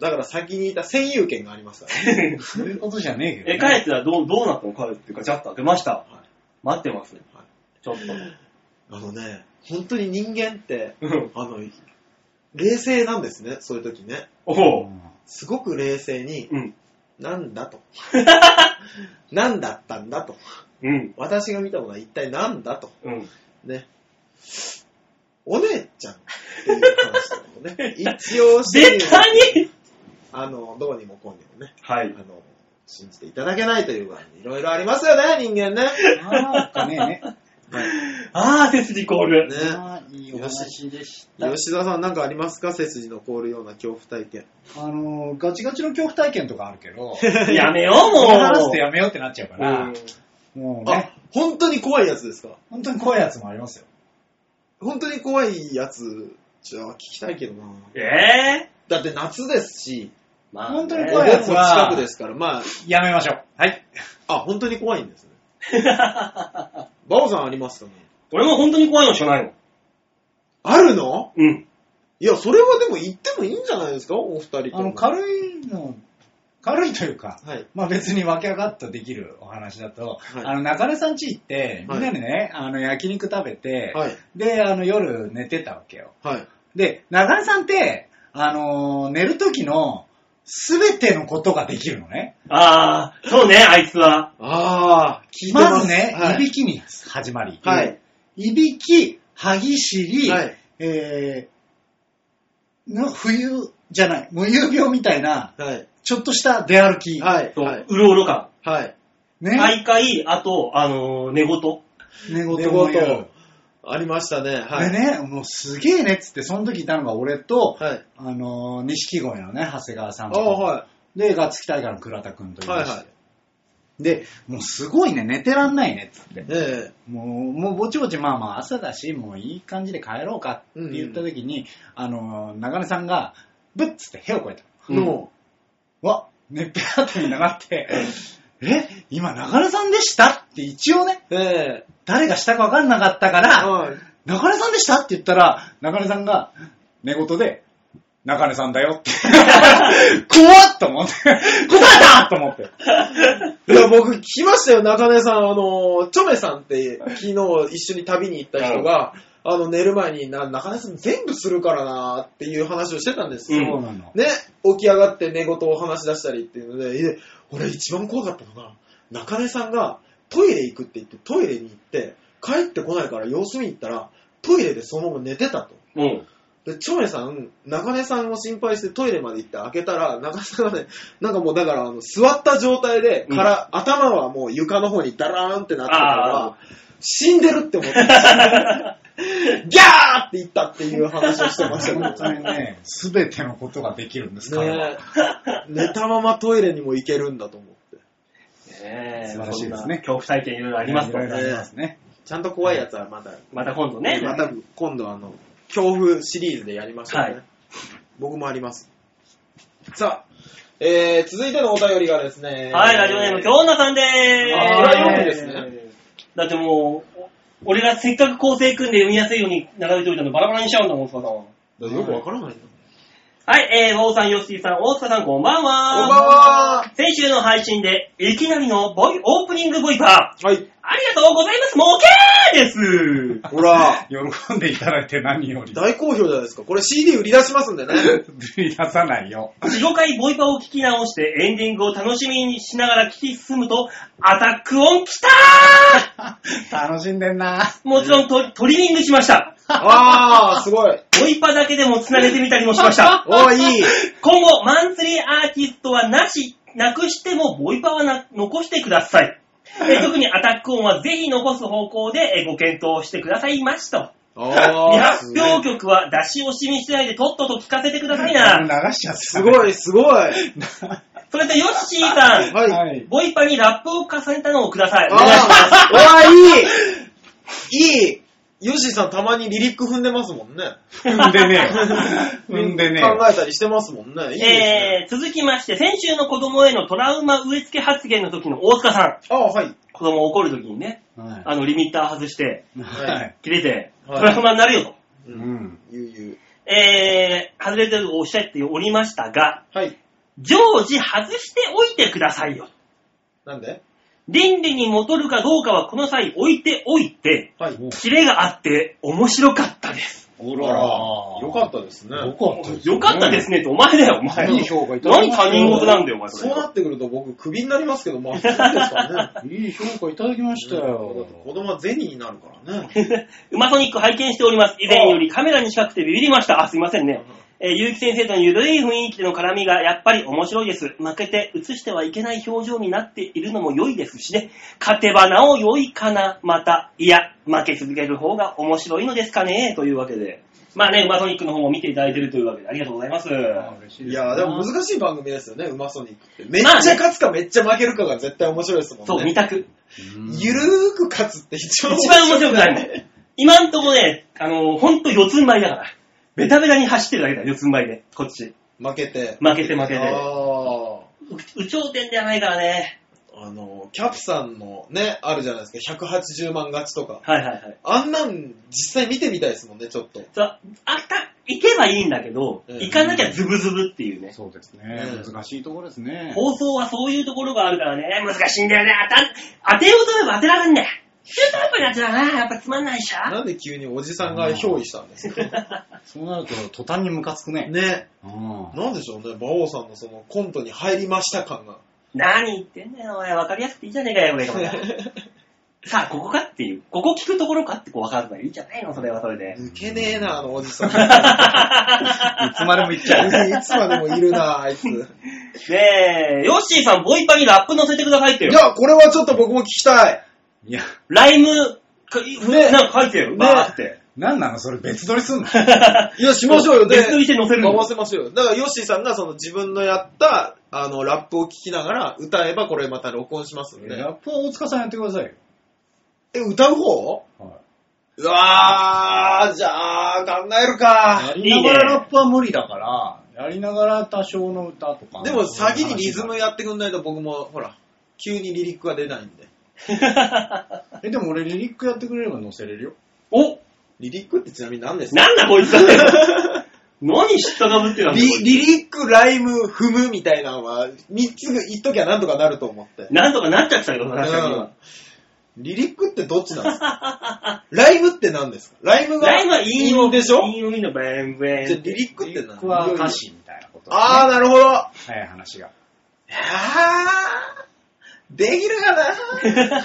だから先にいた占有権がありますからね。 そういうことじゃねえけど、 帰ってたらどうなったの？帰ってガチャッと開けました。待ってます。ちょっと。 本当に人間って、冷静なんですね、そういう時ね。すごく冷静に、なんだと。何だったんだと。私が見たものは一体何だと。ね。お姉ちゃんっていう話だよね。一応して絶対にどうにもこうにもね。 信じていただけないというか、いろいろありますよね、人間ね。 なんかね。 背筋凍る。 ね、 いいお話でした。 吉田さんなんかありますか？背筋の凍るような恐怖体験。 ガチガチの恐怖体験とかあるけど。 やめよう、もう。 話すとやめようってなっちゃうから。もうね。 本当に怖いやつですか？ 本当に怖いやつもありますよ。 本当に怖いやつ、じゃあ聞きたいけどな。だって夏ですし、 まあ、本当に怖いやつは近くですから、まあ。 やめましょう。はい。 本当に怖いんですね。バオさんありますかね？ 俺も本当に怖いのしかないの。 あるの？ うん。 いや、それはでも言ってもいいんじゃないですか？お二人と。 軽いというか、 はい、 まあ別に分け上がっとできるお話だと、はい、中根さん家行って、みんなでね、焼肉食べて、はい、で、夜寝てたわけよ。はい、で、中根さんって、寝る時のすべてのことができるのね。 そうね、あいつは。 聞いてます。まずね、はい、いびきに始まり。はい。いびき、歯ぎしり、はい、冬じゃない、無遊病みたいな、はい、ちょっとした出歩き。 はい。うろうろ感。 はい。 ね。徘徊、あと、寝言。 寝言。 ありましたね。 はい。でね、もうすげえねっつって、その時いたのが俺と、はい、錦鯉のね、長谷川さんと。はい。で、ガッツキ大会の倉田くんといまして。はいはい。で、もうすごいね、寝てらんないねっつって。もうぼちぼちまあ朝だし、もういい感じで帰ろうかって言った時に、中根さんが、ブッつって部を越えた。ねっぺらってみんななって、今中根さんでしたって一応ね、誰がしたか分かんなかったから、中根さんでしたって言ったら、中根さんが寝言で、中根さんだよって。怖っと思って。答えたと思って。 いや、僕聞きましたよ、中根さん。チョメさんって昨日一緒に旅に行った人が、寝る前に中根さん全部するからなっていう話をしてたんですよ。 そうなの。 ね、起き上がって寝言を話し出したりっていうので、俺一番怖かったのが、中根さんがトイレ行くって言ってトイレに行って、帰ってこないから様子見に行ったら、トイレでそのまま寝てたと。で、チョメさん、中根さんを心配してトイレまで行って開けたら、中根さんがね、なんかもうだから座った状態で、頭はもう床の方にダラーンってなってたから、死んでるって思ってギャーって言ったっていう話をしてましたけど。 本当にね、すべてのことができるんですから、 ね。寝たままトイレにも行けるんだと思って。 素晴らしいですね。 恐怖体験いろいろありますね。 ちゃんと怖いやつはまた今度ね。 また今度恐怖シリーズでやりましょうね。はい、僕もあります。さあ、続いてのお便りがですね。 はい、ラジオネーム京女さんでーす。 これは読むんですね。 だってもう、俺がせっかく構成組んで読みやすいように並べておいたのバラバラにしちゃうんだもん、そうだもん。 よくわからないんだ。 はい、馬王さん、ヨッシーさん、大塚さん、こんばんは。 こんばんは。 先週の配信で、いきなりのオープニングボイパー。はい。ありがとうございます。もうけーです。 ほら。 喜んでいただいて何より。 大好評じゃないですか。これ CD 売り出しますんでね。 売り出さないよ。 4、5回ボイパを聞き直して、エンディングを楽しみにしながら聞き進むと、アタック音きたー楽しんでんな。 もちろんトリミングしました。 すごい。 ボイパだけでも繋げてみたりもしました。 いい。 今後、マンスリーアーティストはなくしても、ボイパは残してください。特にアタック音はぜひ残す方向でご検討してくださいましと。未発表曲は出し惜しみしないでとっとと聞かせてくださいな。 流しちゃった。 すごい、すごい。 それとヨッシーさん、 はい、 ボイパにラップを重ねたのをください。 いい。ヨッシーさんたまにリリック踏んでますもんね。 踏んでねえ。 考えたりしてますもんね。いいですね。 続きまして、先週の子供へのトラウマ植え付け発言の時の大塚さん。 はい。 子供怒る時にね、はい、リミッター外して、 はい、 切れて、トラウマになるよと。外れてるとおっしゃっておりましたが、 はい。 常時外しておいてくださいよ。 なんで？ 倫理に戻るかどうかはこの際置いておいて、はい、キレがあって面白かったです。 よかったですね。 よかったですねってお前だよ、お前。 いい評価いただきました。 何他人事なんだよ、お前。 そうなってくると僕クビになりますけど、まあそうですからね。 いい評価いただきましたよ。 子供は銭になるからね。 ウマソニック拝見しております。以前よりカメラに近くてビビりました。すいませんね。 結城先生との緩い雰囲気での絡みがやっぱり面白いです。負けて映してはいけない表情になっているのも良いですしね。勝てばなお良いかな、また。いや、負け続ける方が面白いのですかね、というわけで。まあね、ウマソニックの方も見ていただいているというわけで、ありがとうございます。 いやでも難しい番組ですよね、ウマソニックって。めっちゃ勝つかめっちゃ負けるかが絶対面白いですもんね。 そう、二択。 ゆるーく勝つって一番面白くないもん。今んとこね、ほんと四つん這いだから。ベタベタに走ってるだけだ、四つん這いで、こっち。 負けて。 有頂天ではないからね。 キャプさんのね、あるじゃないですか、180万勝ちとか。 はいはいはい。 あんなん実際見てみたいですもんね、ちょっと。 そう、行けばいいんだけど、行かなきゃズブズブっていうね。 そうですね。難しいところですね。 放送はそういうところがあるからね、難しいんだよね。当てようと思えば当てられんね。中途半端なやつだな、やっぱつまんないしゃ。 なんで急におじさんが憑依したんですかそうなると途端にムカつくね。 ね。なんでしょうね、馬王さんのそのコントに入りました感が。 何言ってんだよ、お前。わかりやすくていいじゃねえかよ、これ。さあ、ここかっていう。ここ聞くところかってこう分かるのがいいじゃないの、それはそれで。 抜けねえな、おじさん。いつまでも言っちゃう。 いつまでもいるな、あいつ。ねえ、ヨッシーさん、ボイパにラップ載せてくださいってよ。 いや、これはちょっと僕も聞きたい。 いや。 ライム、なんか書いてよ、バーって。 なんなのそれ別撮りすんのいや、しましょうよ。 別撮りして載せるの。 合わせましょうよ。だから、ヨッシーさんがその自分のやった、ラップを聞きながら歌えばこれまた録音しますんで。 ラップは大塚さんやってくださいよ。 歌う方？はい。うわー、じゃあ、考えるか。 やりながらラップは無理だから、やりながら多少の歌とか。 でも、先にリズムやってくんないと僕も、ほら、急にリリックが出ないんで。 でも俺リリックやってくれれば載せれるよ。 おリリックってちなみに何ですか？ なんだこいつ何知ったかぶってたの？ リリック、ライム、踏むみたいなのは、3つ言っときゃなんとかなると思って。 なんとかなっちゃったけど、確かに今。 リリックってどっちなんですか？ライムって何ですか？ライムは韻韻でしょ？ 韻を見のベンベン。 じゃあリリックって何？ リリックは歌詞みたいなこと、 ね。あー、なるほど。 早い話が。 できるかな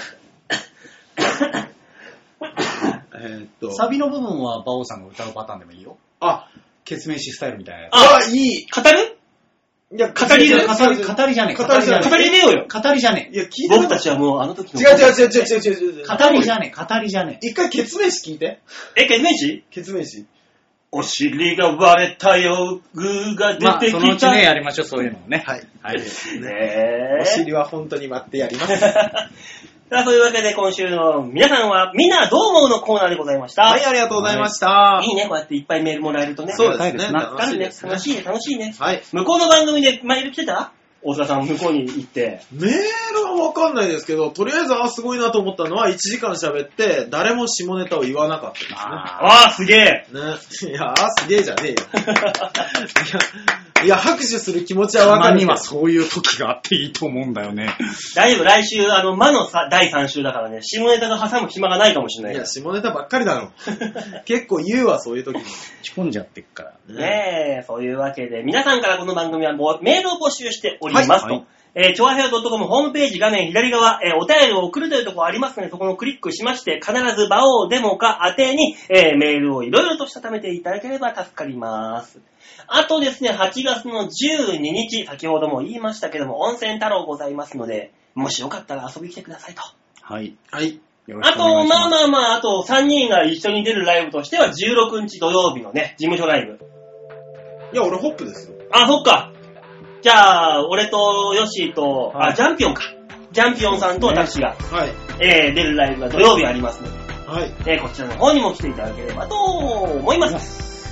サビの部分は馬王さんが歌うパターンでもいいよ。 あ、 ケツメイシスタイルみたいなやつ。 いい。 語る？ いや、 語りじゃねえ。 語りじゃねえ。 語りでよよ。 語りじゃねえ。 いや、聞いて僕たちはもうあの時の。 違う。 語りじゃねえ。語りじゃねえ。 一回ケツメイシ聞いて。 ケツメイシ？ ケツメイシ。 お尻が割れたよ、グーが出てきた。まあ、 そのうちね、やりましょう、そういうのもね。 はい。 はい。 お尻は本当に割ってやります。 さあ、というわけで今週の皆さんはみんなどう思うのコーナーでございました。 はい、ありがとうございました。 いいね、こうやっていっぱいメールもらえるとね。 そうですね。 楽しいね、楽しいね。 はい。 向こうの番組でメール来てた？大塚さん向こうに行って。 メールはわかんないですけど、とりあえずすごいなと思ったのは1時間喋って誰も下ネタを言わなかったですね。 すげえ。 ね。いや、すげえじゃねえよ。いや、拍手する気持ちはわかる。 たまにはそういう時があっていいと思うんだよね。 大丈夫、来週、魔の第3週だからね、下ネタが挟む暇がないかもしれない。 いや、下ネタばっかりだろ。結構言うわ、そういう時に。 仕込んじゃってっから。 ねえ、そういうわけで、皆さんからこの番組はもうメールを募集しておりますと。ちょわへよ .com ホームページ画面左側、お便りを送るというところありますので、そこをクリックしまして、必ず場をデモか宛てに、メールをいろいろとしたためていただければ助かります。あとですね、8月の12日、先ほども言いましたけども、温泉太郎ございますので、もしよかったら遊びに来てくださいと。 はい。 はい。 あと、あと3人が一緒に出るライブとしては、16日土曜日のね、事務所ライブ。 いや、俺ホップですよ。 あ、そっか。じゃあ、俺とヨッシーと、ジャンピオンか。ジャンピオンさんと私が、出るライブが土曜日ありますので、こちらの方にも来ていただければと思います。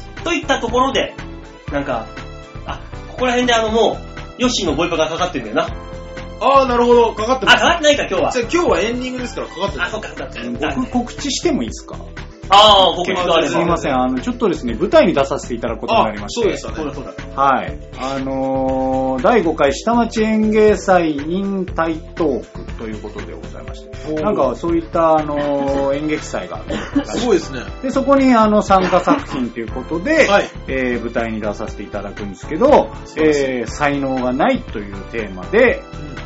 といったところで、なんか、ここら辺でもう、ヨッシーのボイパがかかってるんだよな。 なるほど。かかってます。 かかってないか、今日は。 じゃあ今日はエンディングですからかかってる。 そっか。 僕告知してもいいですか？ 告知があれば。 すみません。ちょっとですね、舞台に出させていただくことになりまして。 そうでしたね。 そうだ。 はい。第5回下町演芸祭 in 台東区ということでございまして。なんかそういった演劇祭がある。 すごいですね。 で、そこに参加作品ということで、舞台に出させていただくんですけど、才能がないというテーマで、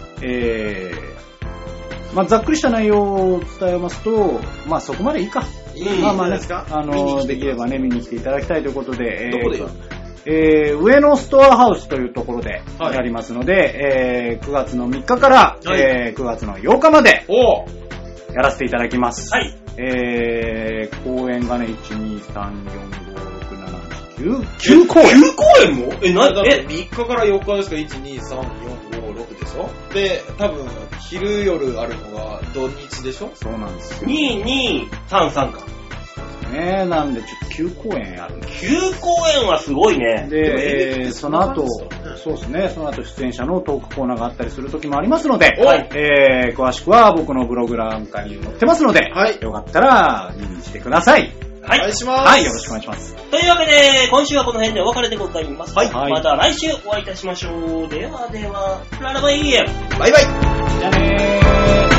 ざっくりした内容を伝えますと、そこまでいいか。できればね、見に来ていただきたいということで、 どこで上野ストアハウスというところでやりますので、9月の3日から、9月の8日までやらせていただきます。はい。公演がね、1、2、3、4、5、6、7、9公演。 9公演も 3日から4日ですか？ 1、2、3、4、5、6でしょ？で、多分、昼夜あるのが土日でしょ？ そうなんですよ。 2、2、3、3か。 なんでちょっと9公演やるんです。 9公演はすごいね。 で、その後、そうですね、その後出演者のトークコーナーがあったりする時もありますので、詳しくは僕のブログ欄下に載ってますので、よかったら見に来てください。 はい。お願いします。 はい、よろしくお願いします。 というわけで、今週はこの辺でお別れでございます。はい。また来週お会いいたしましょう。ではでは、ララバイ。 バイバイ。 じゃあねー。